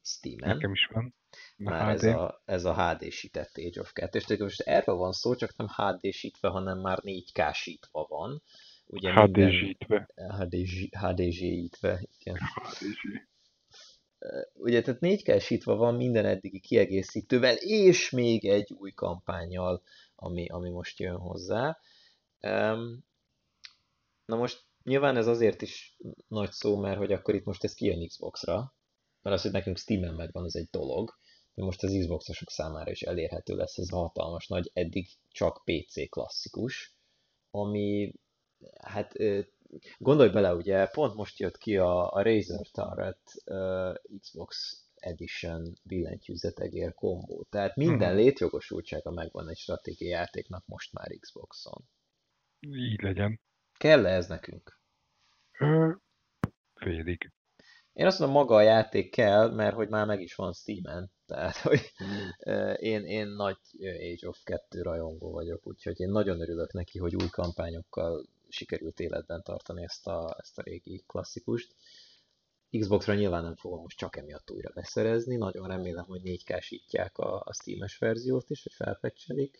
Steamen. Nekem is van. A Már ez há dé. a, ez a há dé-sített Age of kettő, és tulajdonképpen most erről van szó, csak nem há dé-sítve, hanem már négy ká-sítva van. Ugye minden há dé-zsítve. há dé zsítve, igen. há dé-zsí. Ugye, tehát négy ká-sítva van minden eddigi kiegészítővel, és még egy új kampányjal, ami, ami most jön hozzá. Um, na most nyilván ez azért is nagy szó, mert hogy akkor itt most ez kijön Xbox-ra, mert az, hogy nekünk Steam-en megvan, az egy dolog, de most az Xbox-osok számára is elérhető lesz ez a hatalmas nagy, eddig csak pé cé klasszikus, ami, hát gondolj bele, ugye, pont most jött ki a, a Razer Turret uh, Xbox Edition billentyűzetegér kombó, tehát minden Uh-huh. létjogosultsága megvan egy stratégiai játéknak most már Xboxon. Így legyen. Kell-e ez nekünk? Ö, félig. Én azt mondom, maga a játék kell, mert hogy már meg is van Steam-en. Tehát, hogy én, én nagy Age of kettő rajongó vagyok, úgyhogy én nagyon örülök neki, hogy új kampányokkal sikerült életben tartani ezt a, ezt a régi klasszikust. Xboxra nyilván nem fogom most csak emiatt újra beszerezni, nagyon remélem, hogy négy ká-sítják a, a Steam-es verziót is, hogy felpecselik.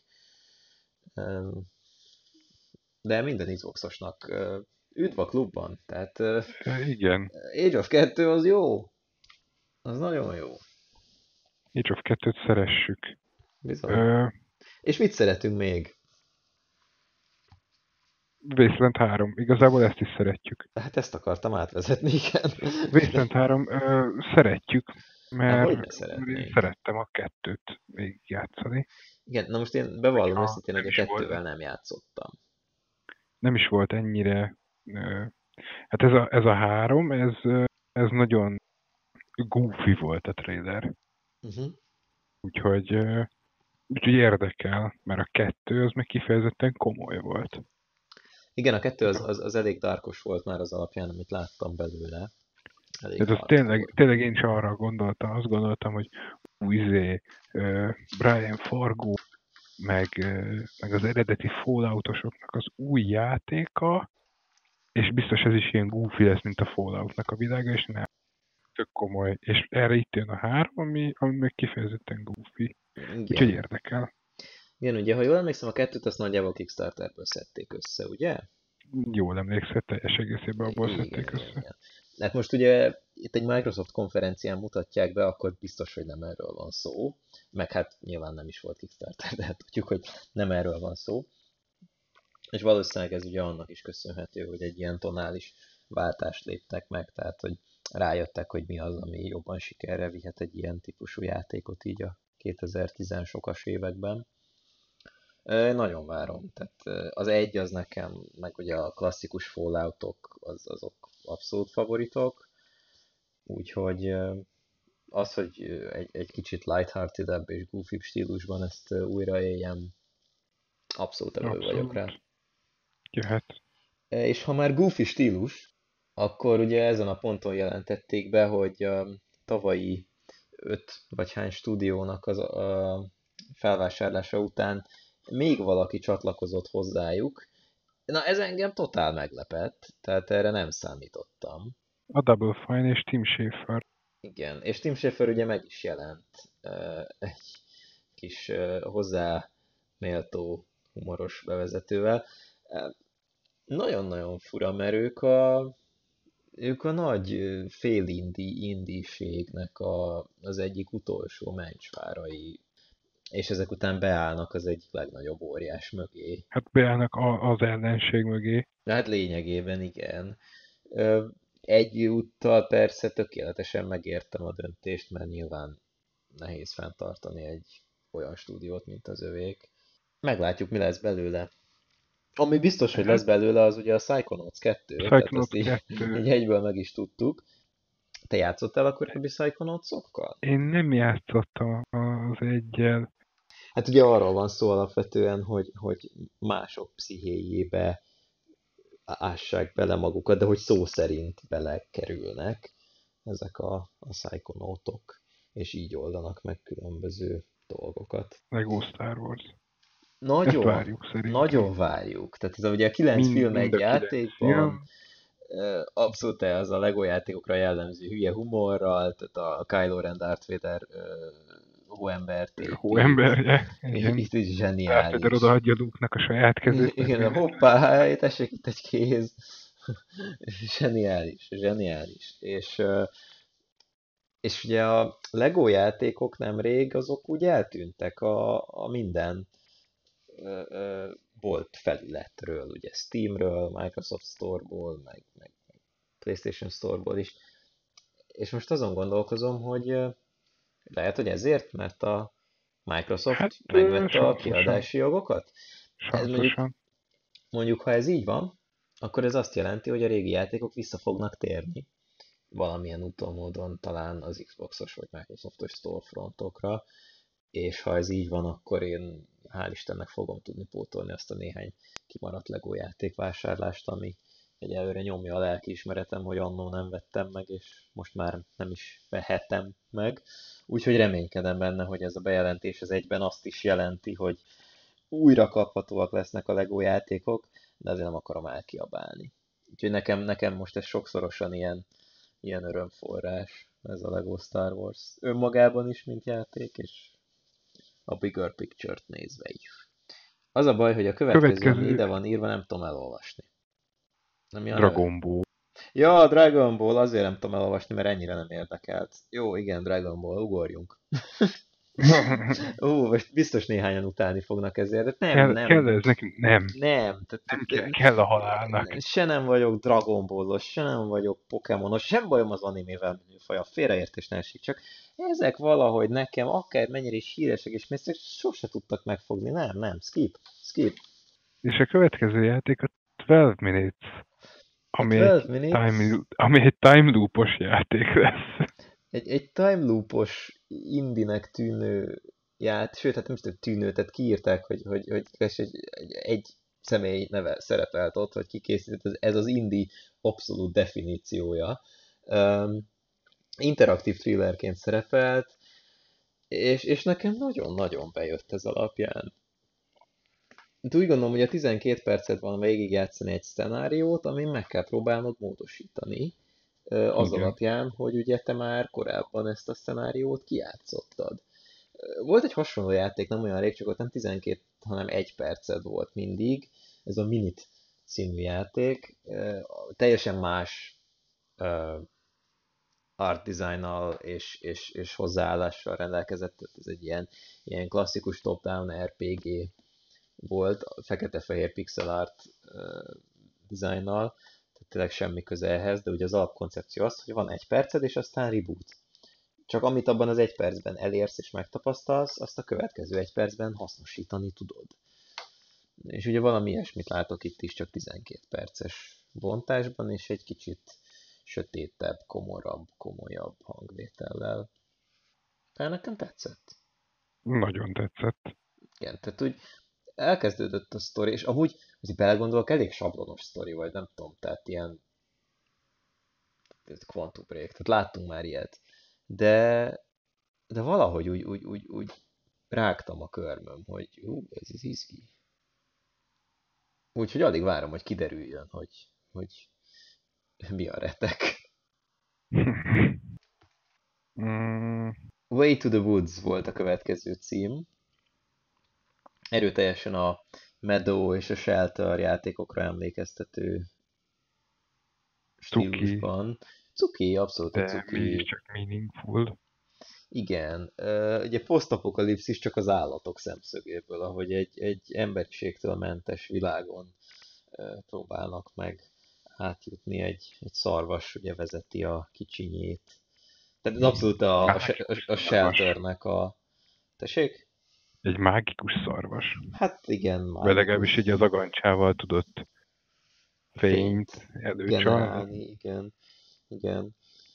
De minden Xboxosnak üdv a klubban, tehát Igen. Age of kettő az jó. Az nagyon jó. Age of kettőt szeressük. Bizony. Ö, És mit szeretünk még? Wasteland három. Igazából ezt is szeretjük. Hát ezt akartam átvezetni, igen. Wasteland három ö, szeretjük, mert hogyne szeretnénk? én szerettem a kettőt végigjátszani. Igen, na most én bevallom Hogyha őszintén, hogy nem a is volt- kettővel nem játszottam. Nem is volt ennyire... ö, Hát ez a, ez a három, ez, ö, ez nagyon goofy volt a trailer. Uh-huh. Úgyhogy, ö, úgyhogy érdekel, mert a kettő az meg kifejezetten komoly volt. Igen, a kettő az, az, az elég darkos volt már az alapján, amit láttam belőle. Elég Ez az hardcore. tényleg, tényleg én is arra gondoltam, azt gondoltam, hogy új izé, uh, Brian Fargo, meg, uh, meg az eredeti Falloutosoknak az új játéka, és biztos ez is ilyen goofy lesz, mint a Falloutnak a világa, és nem, tök komoly. És erre itt jön a három, ami, ami meg kifejezetten goofy. Igen. Úgyhogy érdekel. Igen, ugye, ha jól emlékszem, a kettőt azt nagyjából Kickstarterből szedték össze, ugye? Jól emlékszel, teljes egészében abból Igen, szedték igen, össze. igen. Hát most ugye itt egy Microsoft konferencián mutatják be, akkor biztos, hogy nem erről van szó. Meg hát nyilván nem is volt Kickstarter, de hát tudjuk, hogy nem erről van szó. És valószínűleg ez ugye annak is köszönhető, hogy egy ilyen tonális váltást léptek meg, tehát hogy rájöttek, hogy mi az, ami jobban sikerre vihet egy ilyen típusú játékot így a kétezer-tízes években. Nagyon várom, tehát az egy az nekem, meg ugye a klasszikus Falloutok, az, azok abszolút favoritok, úgyhogy az, hogy egy, egy kicsit lightheartedebb és goofy stílusban ezt újra éljem, abszolút elő vagyok rá. Jöhet. És ha már goofy stílus, akkor ugye ezen a ponton jelentették be, hogy a tavalyi öt vagy hány stúdiónak az a felvásárlása után még valaki csatlakozott hozzájuk. Na ez engem totál meglepett, tehát erre nem számítottam. A Double Fine és Tim Schafer. Igen, és Tim Schafer ugye meg is jelent uh, egy kis uh, hozzá méltó humoros bevezetővel. Uh, nagyon-nagyon fura, mert ők a, ők a nagy félindi indiségnek a, az egyik utolsó mencsvárai, és ezek után beállnak az egyik legnagyobb óriás mögé. Hát beállnak a, az ellenség mögé. Hát lényegében igen. Egyúttal persze tökéletesen megértem a döntést, mert nyilván nehéz fenntartani egy olyan stúdiót, mint az övék. Meglátjuk, mi lesz belőle. Ami biztos, hogy lesz belőle, az ugye a Psychonauts kettő. Psychonauts így, kettő. így egyből meg is tudtuk. Te játszottál a korábbi Psychonauts-okkal? Én nem játszottam az egyel. Hát ugye arról van szó alapvetően, hogy, hogy mások pszichéjébe ássák bele magukat, de hogy szó szerint belekerülnek ezek a, a Psychonautok, és így oldanak meg különböző dolgokat. Lego Star Wars. Nagyon, Ezt várjuk szerintem. nagyon várjuk. Tehát ez ugye a kilenc Mind, film mind egy a kilenc játékban, film. Ö, Abszolút az a Lego játékokra jellemző hülye humorral, tehát a Kylo Ren, Darth Vader, ö, hóembert épít, Hóemberje, igen. itt is Elfeder zseniális. odaadja Luke-nak a saját kezét, meg Igen, ő. hoppá, tessék itt egy kéz. Zseniális, zseniális. És, ö, és ugye a Lego játékok nemrég azok úgy eltűntek a, a minden ö, ö, bolt felületről, ugye Steamről, Microsoft Storeból, meg, meg PlayStation Storeból is. És most azon gondolkozom, hogy ö, lehet, hogy ezért, mert a Hát, Microsoft ö, megvette a sanszosan. kiadási jogokat. Ez mondjuk, Sanszosan. mondjuk, ha ez így van, akkor ez azt jelenti, hogy a régi játékok vissza fognak térni valamilyen úton, módon, talán az Xboxos vagy Microsoftos storefrontokra, és ha ez így van, akkor én hál' Istennek fogom tudni pótolni azt a néhány kimaradt Lego játékvásárlást, ami egyelőre nyomja a lelkiismeretem, hogy annó nem vettem meg, és most már nem is vehetem meg. Úgyhogy reménykedem benne, hogy ez a bejelentés az egyben azt is jelenti, hogy újra kaphatóak lesznek a Lego játékok, de azért nem akarom elkiabálni. Úgyhogy nekem, nekem most ez sokszorosan ilyen, ilyen örömforrás, ez a Lego Star Wars. Önmagában is, mint játék, és a bigger picture-t nézve is. Az a baj, hogy a következő, ami Következő ide van írva, nem tudom elolvasni. Mi a neve? Dragon Ball. Ja, a Dragon Ball, azért nem tudom elolvasni, mert ennyire nem érdekelt. Jó, igen, Dragon Ball, ugorjunk. Ó, most biztos néhányan utálni fognak ezért, de nem, kell, kell nem, ez nekünk? Nem. nem. Tehát, Nem kell, tehát, kell a halálnak. se nem vagyok Dragon Ballos, se nem vagyok Pokémonos, sem bajom az animével műfaj, a félreértés ne esik, csak ezek valahogy nekem, akár mennyire is híresek és mészek, sose tudtak megfogni. Nem, nem, skip, skip. És a következő játék a tizenkettő Minutes, A ami egy tizenkettő minutes, time, ami egy time loopos játék lesz. egy, egy time loopos indinek tűnő ját, sőt, hát nem is tudom, tűnő, tehát kiírták, hogy, hogy, hogy egy, egy, egy személy neve szerepelt ott, hogy kikészített, ez, ez az indie abszolút definíciója. Um, interaktív thrillerként szerepelt, és, és nekem nagyon-nagyon bejött ez alapján. De úgy gondolom, hogy a tizenkét percet van végigjátszani egy szenáriót, amin meg kell próbálnod módosítani, ö, az Igen. alapján, hogy ugye te már korábban ezt a szenáriót kijátszottad. Ö, Volt egy hasonló játék, nem olyan rég, csak ott nem tizenkét, hanem egy percet volt mindig. Ez a Minit című játék. Ö, Teljesen más ö, art designnal és, és, és hozzáállással rendelkezett. Tehát ez egy ilyen, ilyen klasszikus top-down er pé gé volt, fekete-fehér pixel art uh, dizájnnal, tehát tényleg semmi köze ehhez, de ugye az alapkoncepció az, hogy van egy perced, és aztán reboot. Csak amit abban az egy percben elérsz és megtapasztalsz, azt a következő egy percben hasznosítani tudod. És ugye valami ilyesmit látok itt is, csak tizenkét perces bontásban, és egy kicsit sötétebb, komorabb, komolyabb hangvétellel. Tehát nekem tetszett. Nagyon tetszett. Igen, tehát úgy elkezdődött a sztori, és amúgy, hogy belegondolok, elég sablonos sztori, vagy nem tudom, tehát ilyen Quantum Break, tehát láttunk már ilyet. De, de valahogy úgy, úgy, úgy, úgy rágtam a körmöm, hogy ú, ez az izgi. Úgyhogy alig várom, hogy kiderüljön, hogy, hogy mi a retek. mm, Way to the Woods volt a következő cím. Erőteljesen a Meadow és a Shelter játékokra emlékeztető Cuki, stílusban. Cuki, abszolút egy de cuki. mégiscsak meaningful. Igen, ö, ugye posztapokalipszis csak az állatok szemszögéből, ahogy egy, egy emberiségtől mentes világon ö, próbálnak meg átjutni, egy, egy szarvas ugye vezeti a kicsinyét. Tehát ez abszolút a, a, se- Mágikus a szarvas. shelternek a... Tessék? Egy mágikus szarvas. Hát igen, Vagy legalábbis így mágikus az agancsával tudott fényt fényt előcsalni. generálni, igen, igen.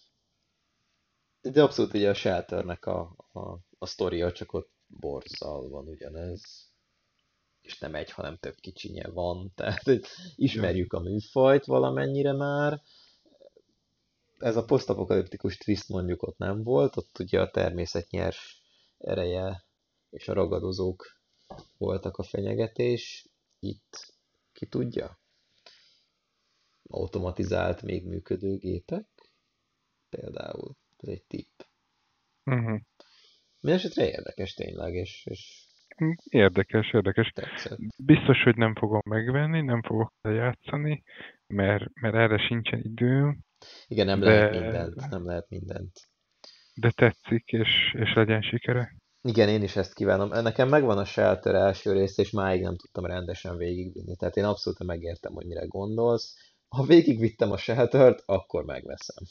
De abszolút ugye a shelternek a, a, a sztoria, csak ott borzzal van ugyanez. És nem egy, hanem több kicsinye van, tehát hogy Ja. ismerjük a műfajt valamennyire már. Ez a posztapokaliptikus twist mondjuk ott nem volt, ott ugye a természet nyers ereje és a ragadozók voltak a fenyegetés. Itt ki tudja? automatizált, még működő gépek. Például. Ez egy tipp. Uh-huh. Mindenesetre érdekes tényleg, és, és Érdekes, érdekes. tetszett. Biztos, hogy nem fogom megvenni, nem fogok játszani, mert, mert erre sincsen időm, Igen, nem de, lehet mindent, nem lehet mindent. de tetszik, és, és legyen sikere. Igen, én is ezt kívánom. Nekem megvan a Shelter első rész, és máig nem tudtam rendesen végigvinni. Tehát én abszolút megértem, hogy mire gondolsz. Ha végigvittem a Sheltert, akkor megveszem.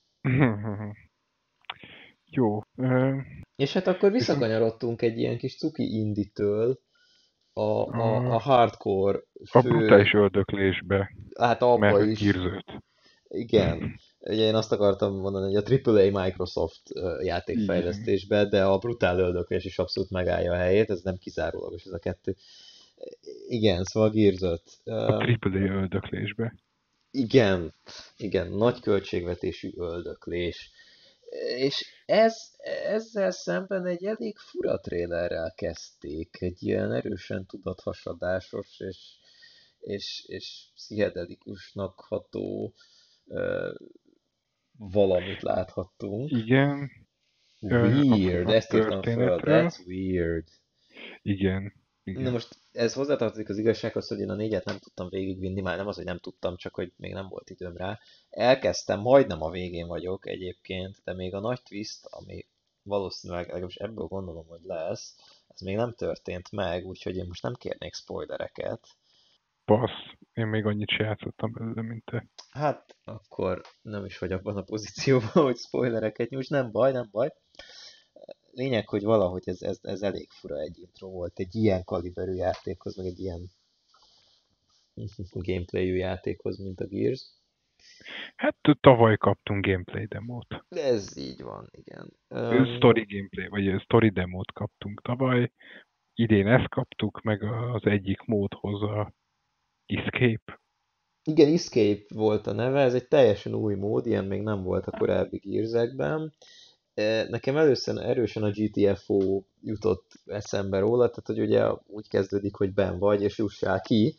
Jó. Uh, És hát akkor viszont visszakanyarodtunk egy ilyen kis cuki inditől a, a, a, a hardcore a fő, brutális öldöklésbe, hát abba mert is, Gears-öt. igen. Ugye én azt akartam mondani, hogy a triple A Microsoft ö, Igen. játékfejlesztésbe, de a brutál öldöklés is abszolút megállja a helyét, ez nem kizárólagos ez a kettő. Igen, szóval Gears öt. A Um, triple A öldöklésbe. igen, igen, nagy költségvetésű öldöklés. És ez, ezzel szemben egy elég fura trélerrel kezdték, egy ilyen erősen tudathasadásos és, és, és pszichedelikusnak ható uh, valamit láthattunk. Igen, ö, a, Weird, a ezt írtam föl, történetről. that's weird. Igen, Na igen. most ez hozzátartozik az igazsághoz, hogy én a négyet nem tudtam végigvinni, már nem az, hogy nem tudtam, csak hogy még nem volt időm rá. Elkezdtem, majdnem a végén vagyok egyébként, de még a nagy twist, ami valószínűleg, legalábbis ebből gondolom, hogy lesz, ez még nem történt meg, úgyhogy én most nem kérnék spoilereket. Passz. Én még annyit se játszottam belőle, mint te. Hát, akkor nem is vagy abban a pozícióban, hogy spoilereket nyújts, nem baj, nem baj. Lényeg, hogy valahogy ez, ez, ez elég fura egy intro volt, egy ilyen kaliberű játékhoz, meg egy ilyen gameplayű játékhoz, mint a Gears. Hát tavaly kaptunk gameplay demót. Ez így van, igen. Um, Story gameplay, vagy story demót kaptunk tavaly. Idén ezt kaptuk, meg az egyik módhoz a Escape. igen, Escape volt a neve, ez egy teljesen új mód, ilyen még nem volt a korábbi Gears-ekben. Nekem először erősen a G T F O jutott eszembe róla, tehát hogy ugye úgy kezdődik, hogy benn vagy, és jussál ki.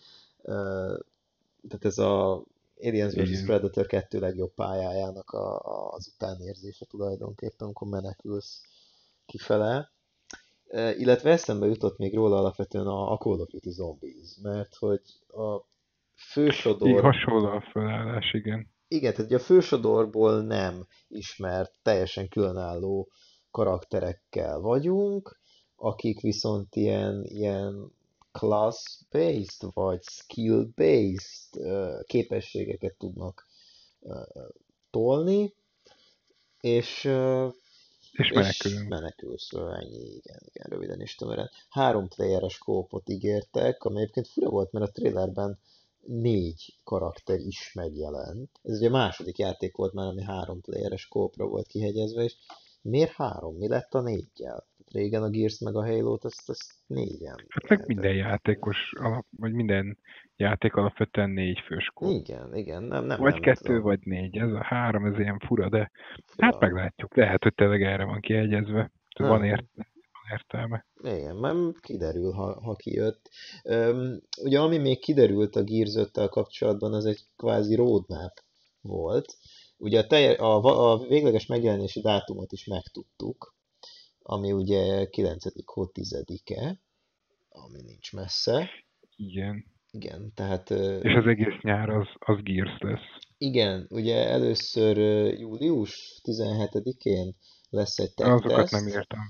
Tehát ez a Aliens versus. Igen. Predator kettő legjobb pályájának a, a, az utánérzése tulajdonképpen, amikor menekülsz kifele. E, illetve eszembe jutott még róla alapvetően a, a Call of Duty Zombies, mert hogy a Így fősodor, hasonló a felállás, igen. igen, tehát ugye a fősodorból nem ismert, teljesen különálló karakterekkel vagyunk, akik viszont ilyen, ilyen class-based vagy skill-based uh, képességeket tudnak uh, tolni, és, uh, És és menekülünk. menekülsz, ennyi, igen, igen, röviden is tömören. Három playeres kópot ígértek, ami egyébként fura volt, mert a trailerben négy karakter is megjelent. Ez ugye a második játék volt már, ami három playeres kópra volt kihegyezve, és miért három? Mi lett a négyel? Régen a Gears meg a Halo-t, ezt, ezt négyen Hát meg lehetett. minden játékos, alap, vagy minden játék alapvetően négy fős kóp. Igen, igen, nem, nem, Vagy nem kettő, tudom. vagy négy. Ez a három, ez ilyen fura, de Fura. hát meglátjuk. Lehet, hogy tényleg erre van kiegyezve. Van, Nem. ért, van értelme. Igen, már kiderül, ha, ha kijött. Üm, ugye ami még kiderült a Gears öttel kapcsolatban, az egy kvázi roadmap volt. Ugye a, telje, a, a végleges megjelenési dátumot is megtudtuk, ami ugye kilencedik hó tizedike, ami nincs messze. Igen. Igen, tehát És az egész nyár az, az Gears lesz. igen, ugye először július tizenhetedikén lesz egy tech Azokat nem test. értem.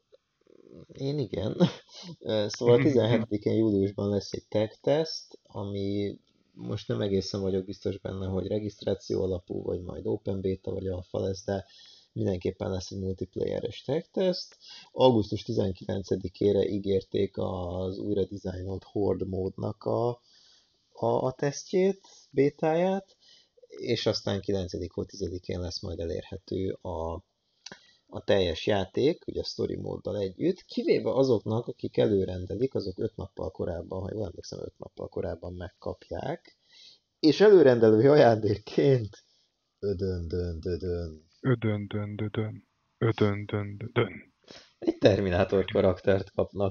Én igen. Szóval tizenhetedikén júliusban lesz egy tech test, ami most nem egészen vagyok biztos benne, hogy regisztráció alapú, vagy majd open beta, vagy alfa lesz, de mindenképpen lesz egy multiplayeres tech test. augusztus tizenkilencedikére ígérték az újra dizájnolt Horde módnak a, a, a tesztjét, bétáját, és aztán kilencedik hó tizedikén lesz majd elérhető a a teljes játék, ugye a story móddal együtt, kivéve azoknak, akik előrendelik, azok öt nappal korábban, ha jól emlékszem, öt nappal korábban megkapják, és előrendelői ajándékként ödön, dön, dödön. Ödön, dön, dön, dön. Ödön, dön, dön. Egy Terminátor karaktert kapnak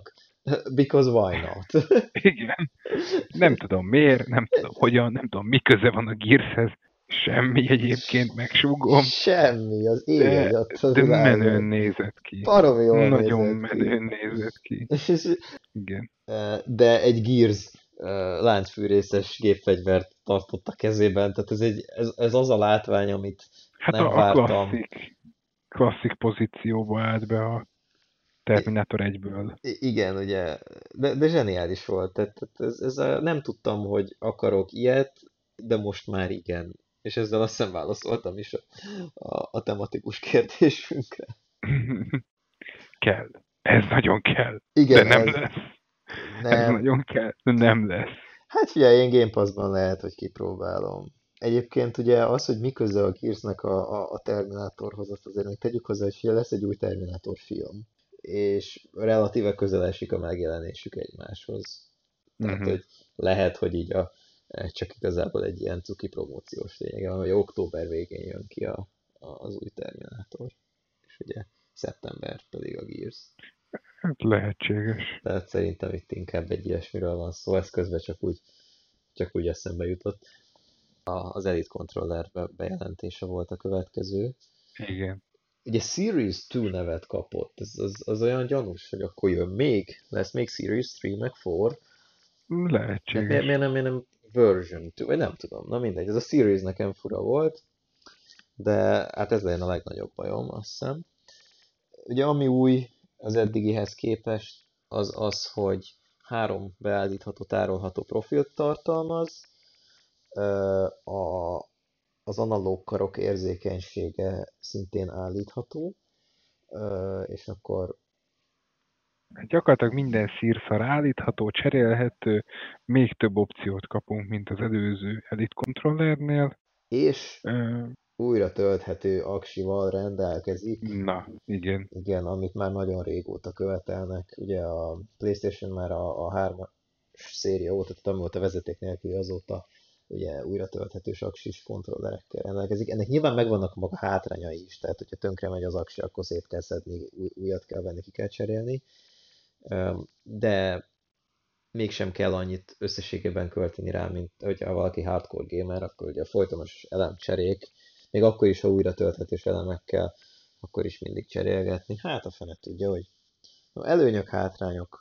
Because why not? Igen. Nem tudom miért, nem tudom hogyan, nem tudom mi köze van a Gearshez. Semmi egyébként, megsúgom. Semmi, az ég egy De, ott a de menőn világon. nézett ki. Baromi jól Nagyon nézett ki. menőn nézett ki. Igen. De egy Gears láncfűrészes gépfegyvert tartott a kezében, tehát ez, egy, ez, ez az a látvány, amit Hát nem a, a vártam. klasszik, klasszik pozícióba állt be a Terminator egyből. I- igen, ugye, de, de zseniális volt, tehát, tehát ez, ez a, nem tudtam, hogy akarok ilyet, de most már igen. És ezzel azt hiszem válaszoltam is a, a, a tematikus kérdésünkre. Kell. Ez nagyon kell. Igen, de nem ez lesz. Ez nem. nagyon kell, de nem lesz. Hát figyelj, én Game Pass-ban lehet, hogy kipróbálom. Egyébként ugye az, hogy mi köze a Gearsnek a, a, a Terminátorhoz, azt azért még tegyük hozzá, hogy figyelj, lesz egy új Terminátor film. És relatíve közel esik a megjelenésük egymáshoz. Tehát, Uh-huh. hogy lehet, hogy így a, csak igazából egy ilyen cuki promóciós lényege, hogy október végén jön ki a, a, az új Terminátor. És ugye szeptember pedig a Gears. Hát lehetséges. Tehát szerintem itt inkább egy ilyesmiről van szó, ez közben csak úgy, csak úgy eszembe jutott. A, az Elite Controller be, bejelentése volt a következő. Igen. Ugye Series kettő nevet kapott, ez, az, az olyan gyanús, hogy akkor jön még, lesz még Series három, meg négy. Lehetséges. Hát miért, miért, nem, miért nem Version kettő, vagy nem tudom, na mindegy, ez a Series nekem fura volt, de hát ez legyen a legnagyobb bajom, azt hiszem. Ugye ami új az eddigihez képest, az az, hogy három beállítható, tárolható profilt tartalmaz, a, az analóg karok érzékenysége szintén állítható, és akkor... Gyakorlatilag minden szírszar állítható, cserélhető, még több opciót kapunk, mint az előző Elite Controllernél. És Uh, újra tölthető aksival rendelkezik. Na, igen. Igen, amit már nagyon régóta követelnek. Ugye a PlayStation már a, a hármas széria óta, tehát amióta vezeték nélkül azóta ugye újra tölthetős aksis kontrollerekkel rendelkezik. Ennek nyilván megvannak a maga hátrányai is, tehát hogyha tönkre megy az aksi, akkor szét kell szedni, új, újat kell venni, ki kell cserélni. De mégsem kell annyit összességében költeni rá, mint hogyha valaki hardcore gamer, akkor ugye a folytonos elemcserék, még akkor is, ha újra tölthetős elemekkel, akkor is mindig cserélgetni. Hát a fene tudja, hogy előnyök, hátrányok,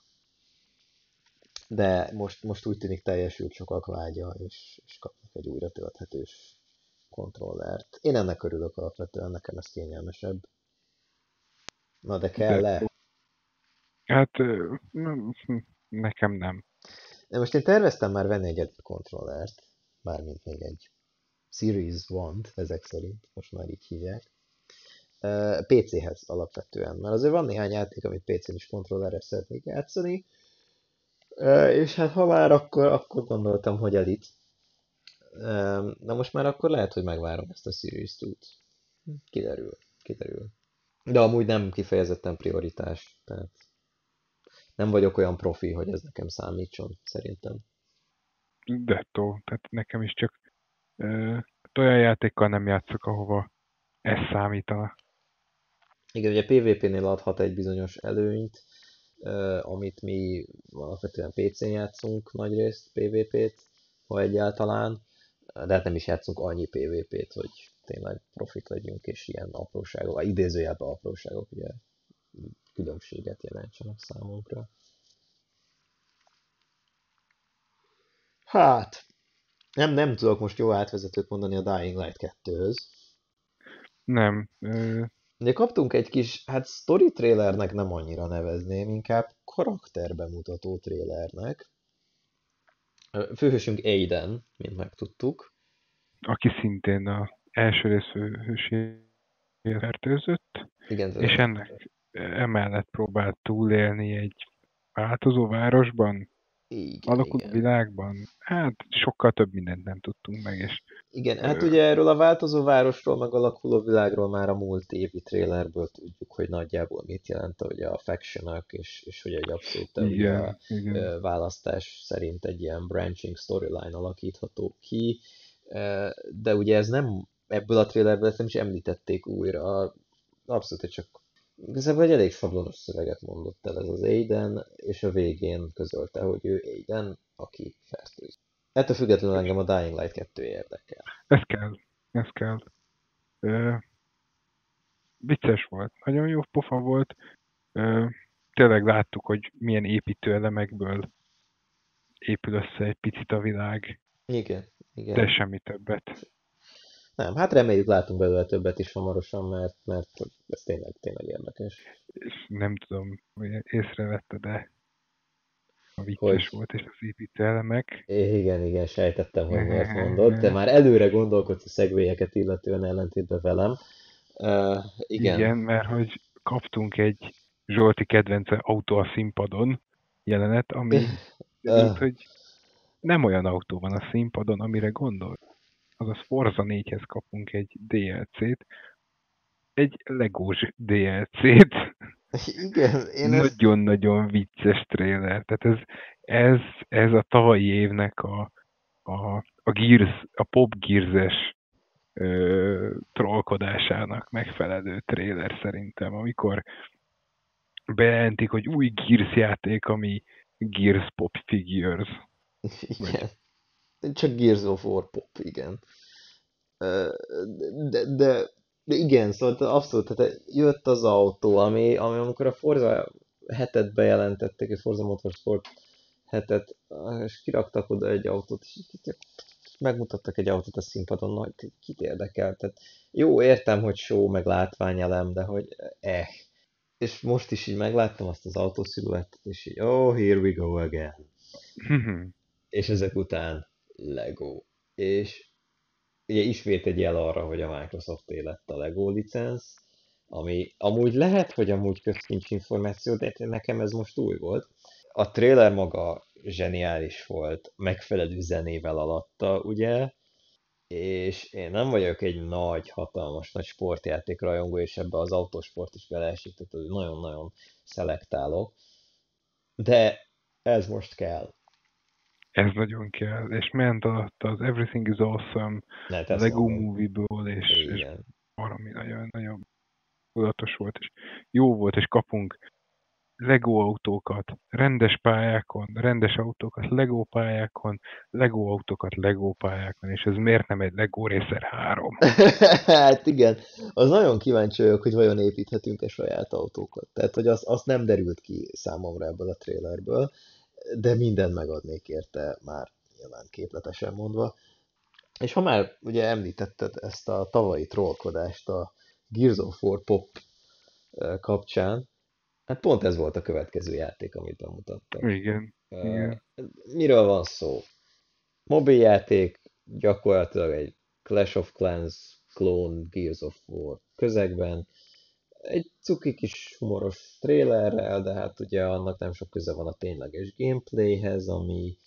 de most, most úgy tűnik teljesült sokak vágya, és, és kapnak egy újra tölthetős kontrollert. Én ennek örülök alapvetően, nekem ez kényelmesebb. Na de kell-e? De, hát nekem nem. De most én terveztem már venni egy Elite kontrollert, mármint még egy Series One-t, ezek szerint, most már így hívják. pé céhez alapvetően, mert azért van néhány játék, amit pé cén is kontrollerre szeretnék játszani, és hát ha már, akkor, akkor gondoltam, hogy Elite. Na most már akkor lehet, hogy megvárom ezt a Series kettőt. Kiderül, kiderül. De amúgy nem kifejezetten prioritás, tehát nem vagyok olyan profi, hogy ez nekem számítson, szerintem. Dettó, tehát nekem is csak uh, olyan játékkal nem játszok, ahova ez számítana. Igen, ugye pé vé pé-nél adhat egy bizonyos előnyt, uh, amit mi alapvetően pé cén játszunk nagyrészt, pé vé pét, ha egyáltalán, de hát nem is játszunk annyi pé vé pét, hogy tényleg profit legyünk, és ilyen apróságok, vagy idézőjelben apróságok, ugye különbséget jelentsenek számunkra. Hát, nem, nem tudok most jó átvezetőt mondani a Dying Light kettőhöz. Nem. Uh... De kaptunk egy kis, hát story trailernek nem annyira nevezném, inkább karakterbemutató trailernek. Főhősünk Aiden, mint megtudtuk. Aki szintén az első rész főhősével fertőzött, Igen, és ennek emellett próbált túlélni egy változó városban, igen, alakuló igen. világban. Hát sokkal több mindent nem tudtunk meg, és... Igen, hát ugye erről a változó városról, meg alakuló világról már a múlt évi trailerből tudjuk, hogy nagyjából mit jelent ugye a factionok, és, és hogy egy abszolút igen, ugye a igen. választás szerint egy ilyen branching storyline alakítható ki, de ugye ez nem, ebből a trailerből ezt nem is említették újra, abszolút csak Igazából egy elég sablonos szöveget mondott el ez az Aiden, és a végén közölte, hogy ő Aiden, aki fertőzött. Ettől függetlenül engem a Dying Light kettő érdekel. Ez kell, ez kell. Ö, vicces volt, nagyon jó pofa volt. Ö, tényleg láttuk, hogy milyen építőelemekből épül össze egy picit a világ, Igen, de igen. semmi többet. Nem, hát reméljük látunk belőle többet is hamarosan, mert, mert ez tényleg, tényleg érdekes. És nem tudom, hogy észrevette, de a vicces Hogy volt, és az építőelemek. igen, igen, sejtettem, hogy miért mondod. Te már előre gondolkodsz a szegvélyeket illetően ellentétben velem. Uh, igen. Igen, mert hogy kaptunk egy Zsolti kedvence autó a színpadon jelenet, ami derült, Uh, hogy nem olyan autó van a színpadon, amire gondol. Azaz Forza négyhez kapunk egy dé el cét, egy Legós dé el cét. igen, én ezt... Nagyon-nagyon vicces trailer. Tehát ez, ez, ez a tavalyi évnek a, a, a, Gears, a Pop Gears-es ö, trollkodásának megfelelő trailer szerintem, amikor bejelentik, hogy új Gears játék, ami Gears Pop Figures. Igen. Vagy... Csak Gears of War pop, igen. Uh, de, de, de igen, szóval abszolút, tehát jött az autó, ami, ami amikor a Forza hetet bejelentették, a Forza Motorsport hetet, és kiraktak oda egy autót, és megmutattak egy autót a színpadon, nagy, kit érdekel, tehát jó, értem, hogy show, meg látványelem, de hogy eh. És most is így megláttam azt az autósziluettet, és így, oh, here we go again. És ezek után Lego. És ugye ismét egy jel arra, hogy a Microsoft lett a Lego licensz, ami amúgy lehet, hogy amúgy közkincs információ, de nekem ez most új volt. A trailer maga zseniális volt, megfelelő zenével alatta, ugye, és én nem vagyok egy nagy, hatalmas, nagy sportjáték rajongó, és ebbe az autósport is beleesik, tehát nagyon-nagyon szelektálok, de ez most kell. Ez nagyon kell. És ment alatt az Everything is Awesome Ne, ezt Lego mondom. Movie-ból, és, és Igen. valami nagyon-nagyon tudatos volt, és jó volt, és kapunk Lego autókat, rendes pályákon, rendes autókat, Lego pályákon, Lego autókat, Lego pályákon, és ez miért nem egy Lego Racer három? Hát igen, az nagyon kíváncsi vagyok, hogy vajon építhetünk-e saját autókat. Tehát, hogy az, az nem derült ki számomra ebből a trailerből, de mindent megadnék érte, már nyilván képletesen mondva. És ha már ugye említetted ezt a tavalyi trollkodást a Gears of War Pop eh, kapcsán, hát pont ez volt a következő játék, amit bemutattak. Igen, Eh, igen. Miről van szó? Mobiljáték, gyakorlatilag egy Clash of Clans klón Gears of War közegben. Egy cuki kis humoros trailerrel, de hát ugye annak nem sok köze van a tényleges gameplayhez, ami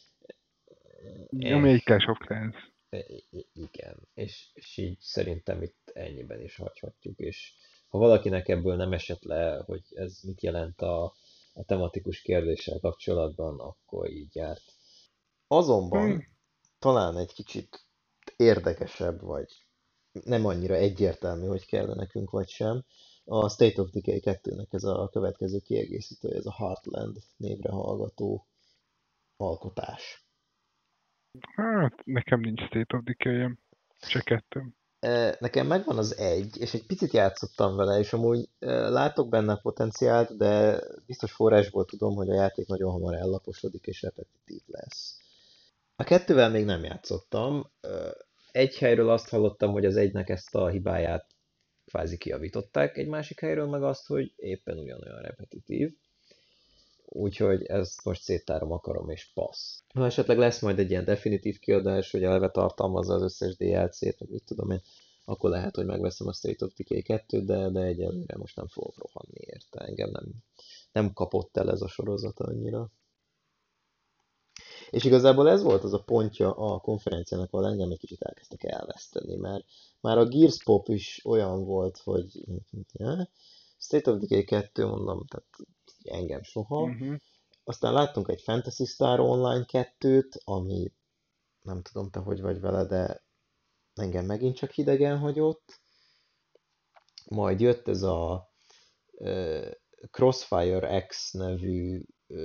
Ami eh, egy Clash of Clans. igen, és, és így szerintem itt ennyiben is hagyhatjuk, és ha valakinek ebből nem esett le, hogy ez mit jelent a, a tematikus kérdéssel kapcsolatban, akkor így járt. Hmm. Azonban talán egy kicsit érdekesebb, vagy nem annyira egyértelmű, hogy kell nekünk vagy sem. A State of Decay kettőnek ez a következő kiegészítő, ez a Heartland névre hallgató alkotás. Hát, nekem nincs State of Decay-em. Se kettőm. E, Nekem megvan az egy, és egy picit játszottam vele, és amúgy e, látok benne potenciált, de biztos forrásból tudom, hogy a játék nagyon hamar ellaposodik és repetitív lesz. A kettővel még nem játszottam. E, Egy helyről azt hallottam, hogy az egynek ezt a hibáját kvázi kijavították, egy másik helyről meg azt, hogy éppen ugyanolyan repetitív. Úgyhogy ezt most széttárom akarom, és passz. Ha esetleg lesz majd egy ilyen definitív kiadás, hogy eleve tartalmazza az összes dé el cét, meg mit tudom én, akkor lehet, hogy megveszem a State of Decay kettőt, de, de egyelőre most nem fogok rohanni érte. Engem nem, nem kapott el ez a sorozat annyira. És igazából ez volt az a pontja a konferenciának, ahol engem egy kicsit elkezdtek elveszteni, mert már a Gears Pop is olyan volt, hogy ja, State of Decay kettő, mondom, tehát engem soha. Uh-huh. Aztán láttunk egy Fantasy Star Online kettőt, ami nem tudom te hogy vagy vele, de engem megint csak hidegen hagyott. Majd jött ez a Crossfire X nevű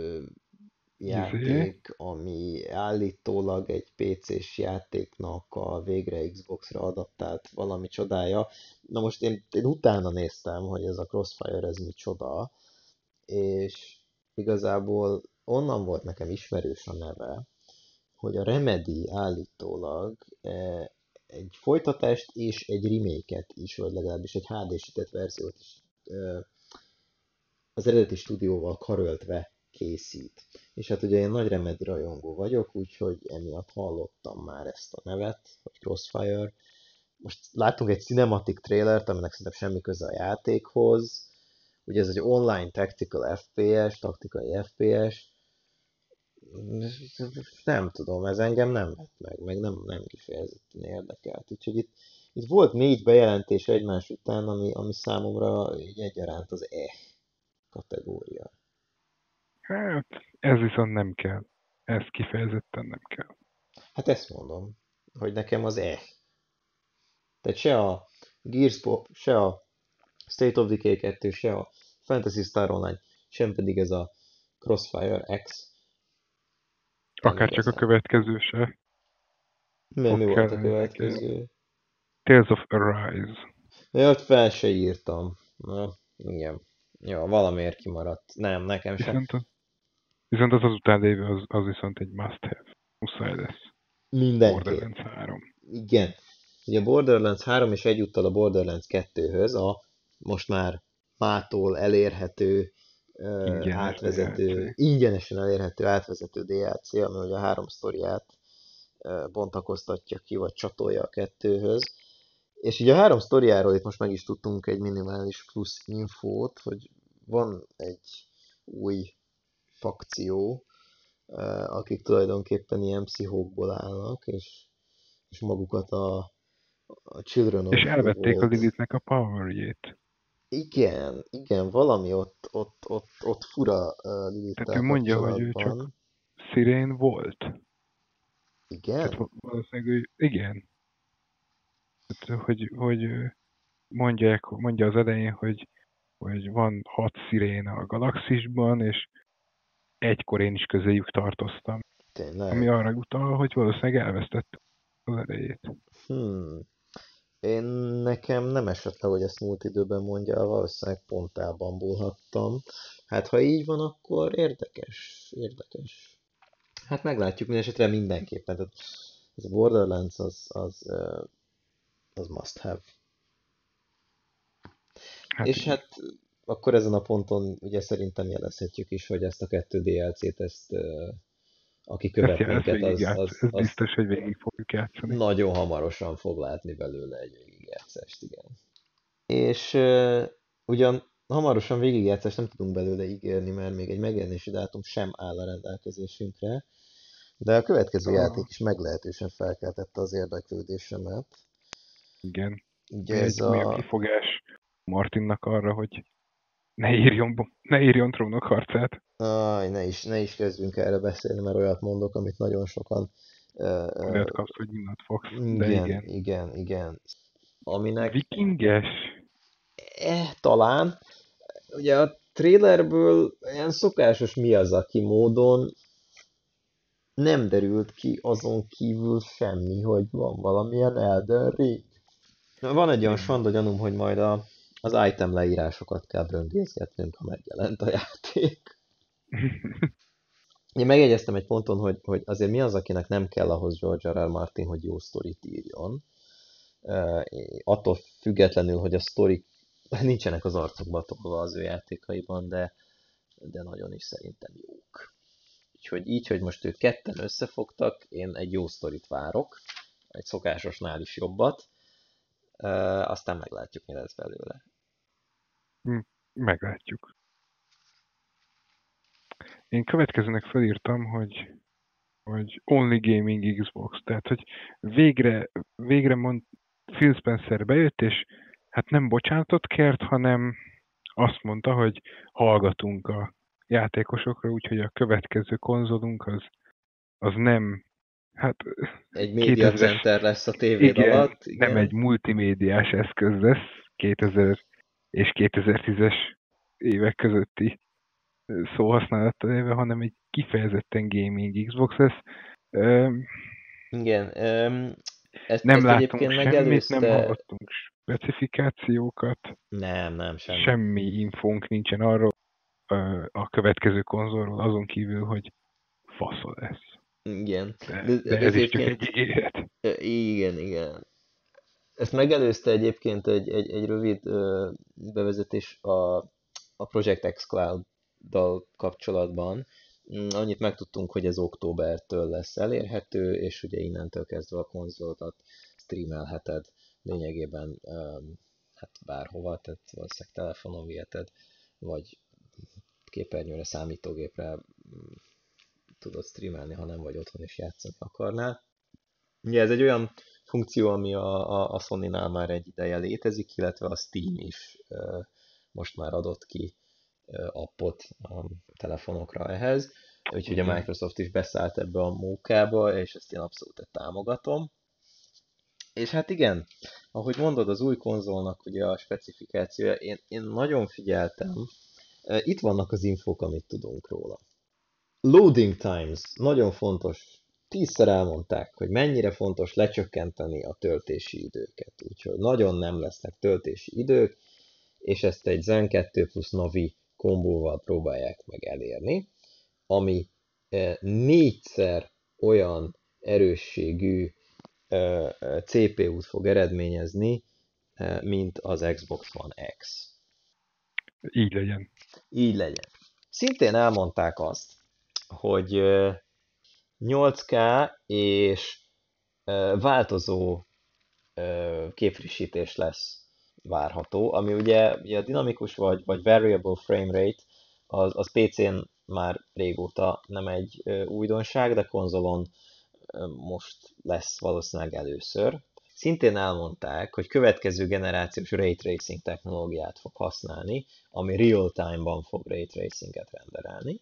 Izé. játék, ami állítólag egy pé cés játéknak a végre Xbox-ra adaptált valami csodája. Na most én, én utána néztem, hogy ez a Crossfire ez micsoda, és igazából onnan volt nekem ismerős a neve, hogy a Remedy állítólag eh, egy folytatást és egy remake-et is, vagy legalábbis egy há dé-sített verziót is eh, az eredeti stúdióval karöltve készít. És hát ugye én nagy Remedy rajongó vagyok, úgyhogy emiatt hallottam már ezt a nevet, hogy Crossfire. Most láttunk egy cinematic trailert, aminek szerintem semmi köze a játékhoz. Ugye ez egy online tactical ef pé es, taktikai ef pé es. Nem tudom, ez engem nem vett meg, meg nem, nem kifejezetten érdekelt. Úgyhogy itt, itt volt négy bejelentés egymás után, ami, ami számomra így egyaránt az E kategória. Hát, ez viszont nem kell. Ez kifejezetten nem kell. Hát ezt mondom, hogy nekem az E. Tehát se a Gears Pop, se a State of Decay kettő, se a Phantasy Star Online, sem pedig ez a Crossfire X. Akár csak a következő se. Mi, mi volt a kelleni neki. következő? Tales of Arise. Ja, ott fel se írtam. Na, igen. Jó, valamiért kimaradt. Nem, nekem sem. Viszont, viszont az azután lévő, az, az viszont egy must-have. Muszáj lesz. Mindenképp. Borderlands három. Igen. Ugye a Borderlands három és egyúttal a Borderlands kettőhöz a most már mától elérhető uh, átvezető, dé el cé. ingyenesen elérhető átvezető dé el cé, ami ugye a három sztoriát uh, bontakoztatja ki, vagy csatolja a kettőhöz. És ugye a három sztoriáról itt most meg is tudtunk egy minimális plusz infót, hogy van egy új fakció, uh, akik tulajdonképpen ilyen pszichókból állnak, és, és magukat a a Children of És elvették a Volt. Lilithnek a powerjét. Igen, igen, valami ott, ott, ott, ott fura uh, Lilith-tel Tehát ő mondja, hogy ő csak szirén volt. Igen? Tehát valószínűleg ő, igen. Tehát, hogy, hogy mondják, mondja az elején, hogy, hogy van hat szirén a galaxisban, és egykor én is közéjük tartoztam. Tényleg? Ami arra utal, hogy valószínűleg elvesztett az erejét. Hmm. Én nekem nem esett le, hogy ezt múlt időben mondja, valószínűleg pont elbambulhattam. Hát ha így van, akkor érdekes, érdekes. Hát meglátjuk, mindesetre mindenképpen. Tehát ez a Borderlands az, az, az must have. Hát És igen. hát akkor ezen a ponton ugye szerintem jelezhetjük is, hogy ezt a kettő dé el cét, ezt aki követ ezt minket, az, játsz, az, ez az biztos, hogy végig fogjuk játszani. nagyon hamarosan fog látni belőle egy végigjátszást, igen. És uh, ugyan hamarosan végigjátszást nem tudunk belőle ígérni, mert még egy megjelenési dátum sem áll a rendelkezésünkre, de a következő Ah. játék is meglehetősen felkeltette az érdeklődésemet. Igen. Ugye egy ez újabb a... kifogás Martinnak arra, hogy ne írjon, ne írjon trónokharcát. Aj, ne is, ne is kezdjünk erre beszélni, mert olyat mondok, amit nagyon sokan... Uh, Lehet kapsz, hogy innat fogsz, igen, de igen. Igen, igen. Aminek... Vikinges? Eh, talán. Ugye a trailerből ilyen szokásos Miyazaki módon nem derült ki azon kívül semmi, hogy van valamilyen Elden Ring. Van egy olyan sanda gyanúm, hogy majd a, az item leírásokat kell böngészgetnünk, ha megjelent a játék. Én megjegyeztem egy ponton, hogy, hogy azért mi az, akinek nem kell ahhoz George R. R. Martin, hogy jó sztorit írjon. Uh, attól függetlenül, hogy a sztorik nincsenek az arcokba tolva az ő játékaiban, de, de nagyon is szerintem jók. Úgyhogy így, hogy most ők ketten összefogtak, én egy jó sztorit várok, egy szokásosnál is jobbat, uh, aztán meglátjuk, mi lesz belőle. Meglátjuk. Én következőnek felírtam, hogy, hogy Only Gaming Xbox, tehát hogy végre, végre mond, Phil Spencer bejött, és hát nem bocsánatot kért, hanem azt mondta, hogy hallgatunk a játékosokra, úgyhogy a következő konzolunk az, az nem, hát... Egy média center lesz a tévéd igen, alatt. Igen. Nem egy multimédiás eszköz lesz, kétezer és kétezer-tízes évek közötti szóhasználattal élve, hanem egy kifejezetten gaming Xbox lesz. Öm, Igen, öm, ezt, nem ezt láttunk egyébként semmit, nem megelőzte... hallottunk specifikációkat, Nem, nem, semmi. semmi infónk nincsen arról ö, a következő konzolról, azon kívül, hogy faszol lesz. Igen, De, de, de de ez is csak egy egyébként... ígéret. ö, Igen, igen. Ezt megelőzte egyébként egy, egy, egy rövid ö, bevezetés a, a Project xCloud-dal kapcsolatban. Mm, Annyit megtudtunk, hogy ez októbertől lesz elérhető, és ugye innentől kezdve a konzoltat streamelheted lényegében ö, hát bárhova, tehát valószínűleg telefonon viheted, vagy képernyőre, számítógépre mm, tudod streamelni, ha nem vagy otthon és játszani akarnál. Ugye ez egy olyan funkció, ami a, a, a Sony-nál már egy ideje létezik, illetve a Steam is ö, most már adott ki ö, appot a telefonokra ehhez, úgyhogy a Igen. Microsoft is beszállt ebbe a mókába, és ezt én abszolút támogatom. És hát igen, ahogy mondod, az új konzolnak ugye a specifikációja, én, én nagyon figyeltem, Ö, itt vannak az infók, amit tudunk róla. Loading times, nagyon fontos. Tízszer elmondták, hogy mennyire fontos lecsökkenteni a töltési időket. Úgyhogy nagyon nem lesznek töltési idők, és ezt egy Zen kettő plusz Navi kombóval próbálják meg elérni, ami eh, négyszer olyan erősségű eh, eh, cé pé út fog eredményezni, eh, mint az Xbox One X. Így legyen. Így legyen. Szintén elmondták azt, hogy eh, nyolc ká és ö, változó ö, képfrissítés lesz várható, ami ugye, ugye a dinamikus vagy, vagy variable frame rate az, az pé cén már régóta nem egy ö, újdonság, de konzolon ö, most lesz valószínűleg először. Szintén elmondták, hogy következő generációs ray tracing technológiát fog használni, ami real-time-ban fog ray tracinget renderelni.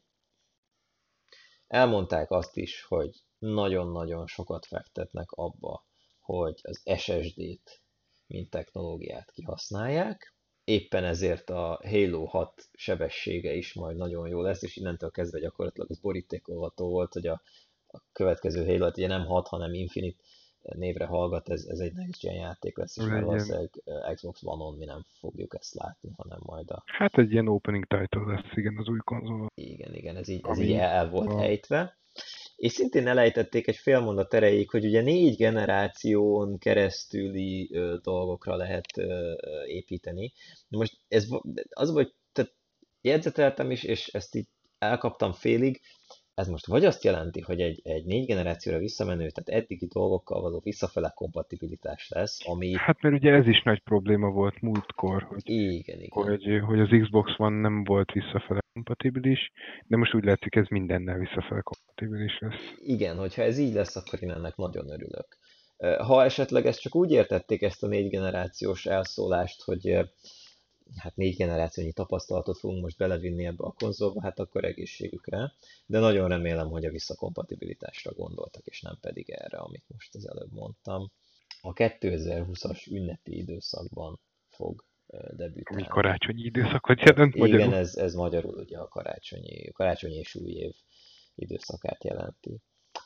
Elmondták azt is, hogy nagyon-nagyon sokat fektetnek abba, hogy az es es dét mint technológiát kihasználják. Éppen ezért a Halo hat sebessége is majd nagyon jó lesz, és innentől kezdve gyakorlatilag az borítékolható volt, hogy a, a következő Halo, ugye nem hat, hanem Infinite névre hallgat, ez, ez egy next gen játék lesz, és már Legyen. valószínűleg Xbox One-on mi nem fogjuk ezt látni, hanem majd a... Hát egy ilyen opening title lesz, igen, az új konzol, Igen, igen, ez így, ez így ami el volt a... ejtve. És szintén elejtették egy fél mondat erejéig, hogy ugye négy generáción keresztüli ö, dolgokra lehet ö, ö, építeni. Most ez az, hogy tehát jegyzeteltem is, és ezt így elkaptam félig, ez most vagy azt jelenti, hogy egy, egy négy generációra visszamenő, tehát eddigi dolgokkal való visszafele kompatibilitás lesz, ami... Hát mert ugye ez is nagy probléma volt múltkor, hogy, Igen, igen. hogy, hogy az Xbox One nem volt visszafele kompatibilis, de most úgy látszik, ez mindennel visszafele kompatibilis lesz. Igen, hogyha ez így lesz, akkor én ennek nagyon örülök. Ha esetleg ezt csak úgy értették, ezt a négy generációs elszólást, hogy hát négy generációnyi tapasztalatot fogunk most belevinni ebbe a konzolba, hát akkor egészségükre. De nagyon remélem, hogy a visszakompatibilitásra gondoltak, és nem pedig erre, amit most az előbb mondtam. A kétezer-húszas ünnepi időszakban fog debütálni. Ami karácsonyi időszakot jelent Igen, magyarul. ez, ez magyarul ugye a karácsonyi, karácsonyi és új év időszakát jelenti.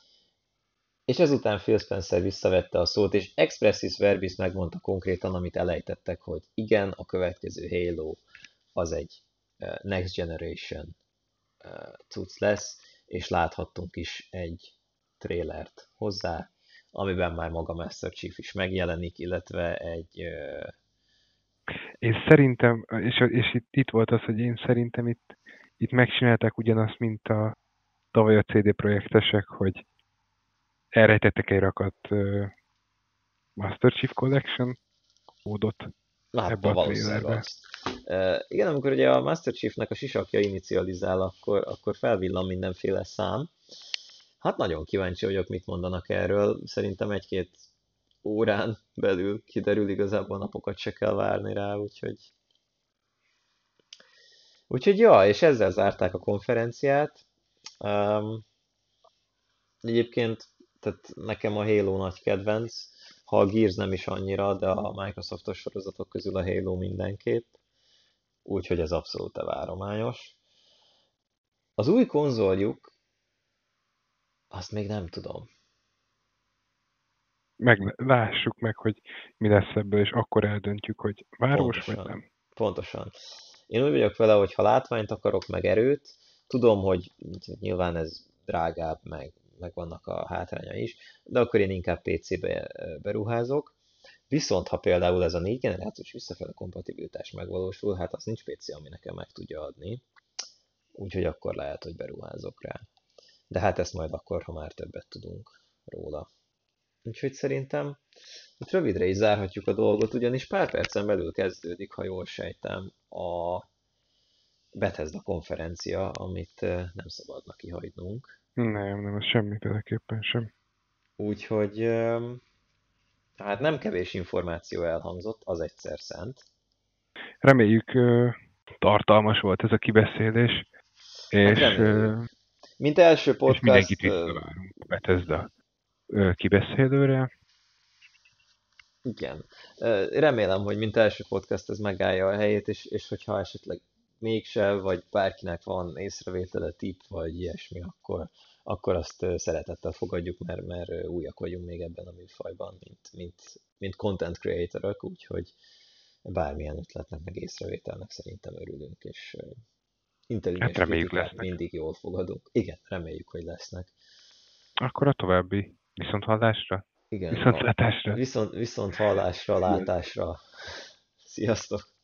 És ezután Phil Spencer visszavette a szót, és expressis verbis megmondta konkrétan, amit elejtettek, hogy igen, a következő Halo az egy Next Generation cucc lesz, és láthattunk is egy trélert hozzá, amiben már maga Master Chief is megjelenik, illetve egy... Én szerintem, és, és itt, itt volt az, hogy én szerintem itt, itt megcsinálták ugyanazt, mint a tavaly a cé dé projektesek, hogy elrejtettek egy rakat uh, Master Chief Collection kódot ebbe Látta a valószínűleg trailerbe. azt. Uh, igen, amikor ugye a Master Chiefnek a sisakja inicializál, akkor, akkor felvillan mindenféle szám. Hát nagyon kíváncsi vagyok, mit mondanak erről. Szerintem egy-két órán belül kiderül, igazából napokat se kell várni rá, úgyhogy... Úgyhogy ja, és ezzel zárták a konferenciát. Um, egyébként tehát nekem a Halo nagy kedvenc, ha a Gears nem is annyira, de a Microsoftos sorozatok közül a Halo mindenképp. úgyhogy ez abszolút várományos. Az új konzoljuk, azt még nem tudom. Meg, lássuk meg, hogy mi lesz ebből, és akkor eldöntjük, hogy város vagy Pontosan. nem. Pontosan. Én úgy vagyok vele, hogy ha látványt akarok, meg erőt, tudom, hogy nyilván ez drágább, meg, meg vannak a hátránya is, de akkor én inkább pé cébe beruházok. Viszont ha például ez a négy generációs visszafele kompatibilitás megvalósul, hát az nincs pé cé, ami nekem meg tudja adni. Úgyhogy akkor lehet, hogy beruházok rá. De hát ezt majd akkor, ha már többet tudunk róla. Úgyhogy szerintem itt rövidre is zárhatjuk a dolgot, ugyanis pár percen belül kezdődik, ha jól sejtem, a Bethesda konferencia, amit nem szabadna kihagynunk. Nem, nem, ez semmiféleképpen sem. Úgyhogy hát nem kevés információ elhangzott, az egyszer szent. Reméljük tartalmas volt ez a kibeszélés, és, hát mint első podcast, és mindenkit visszavárunk a Bethesda kibeszélőre. Igen. Remélem, hogy mint első podcast ez megállja a helyét, és, és hogyha esetleg mégse, vagy bárkinek van észrevétele, tipp, vagy ilyesmi, akkor, akkor azt szeretettel fogadjuk, mert, mert újak vagyunk még ebben a műfajban, mint, mint, mint content creatorok, úgyhogy bármilyen ötletnek, meg észrevételnek szerintem örülünk, és intelligens hát kritikát mindig jól fogadunk. Igen, reméljük, hogy lesznek. Akkor a további viszonthallásra? Igen, viszontlátásra? Viszont, viszont hallásra, látásra. Sziasztok!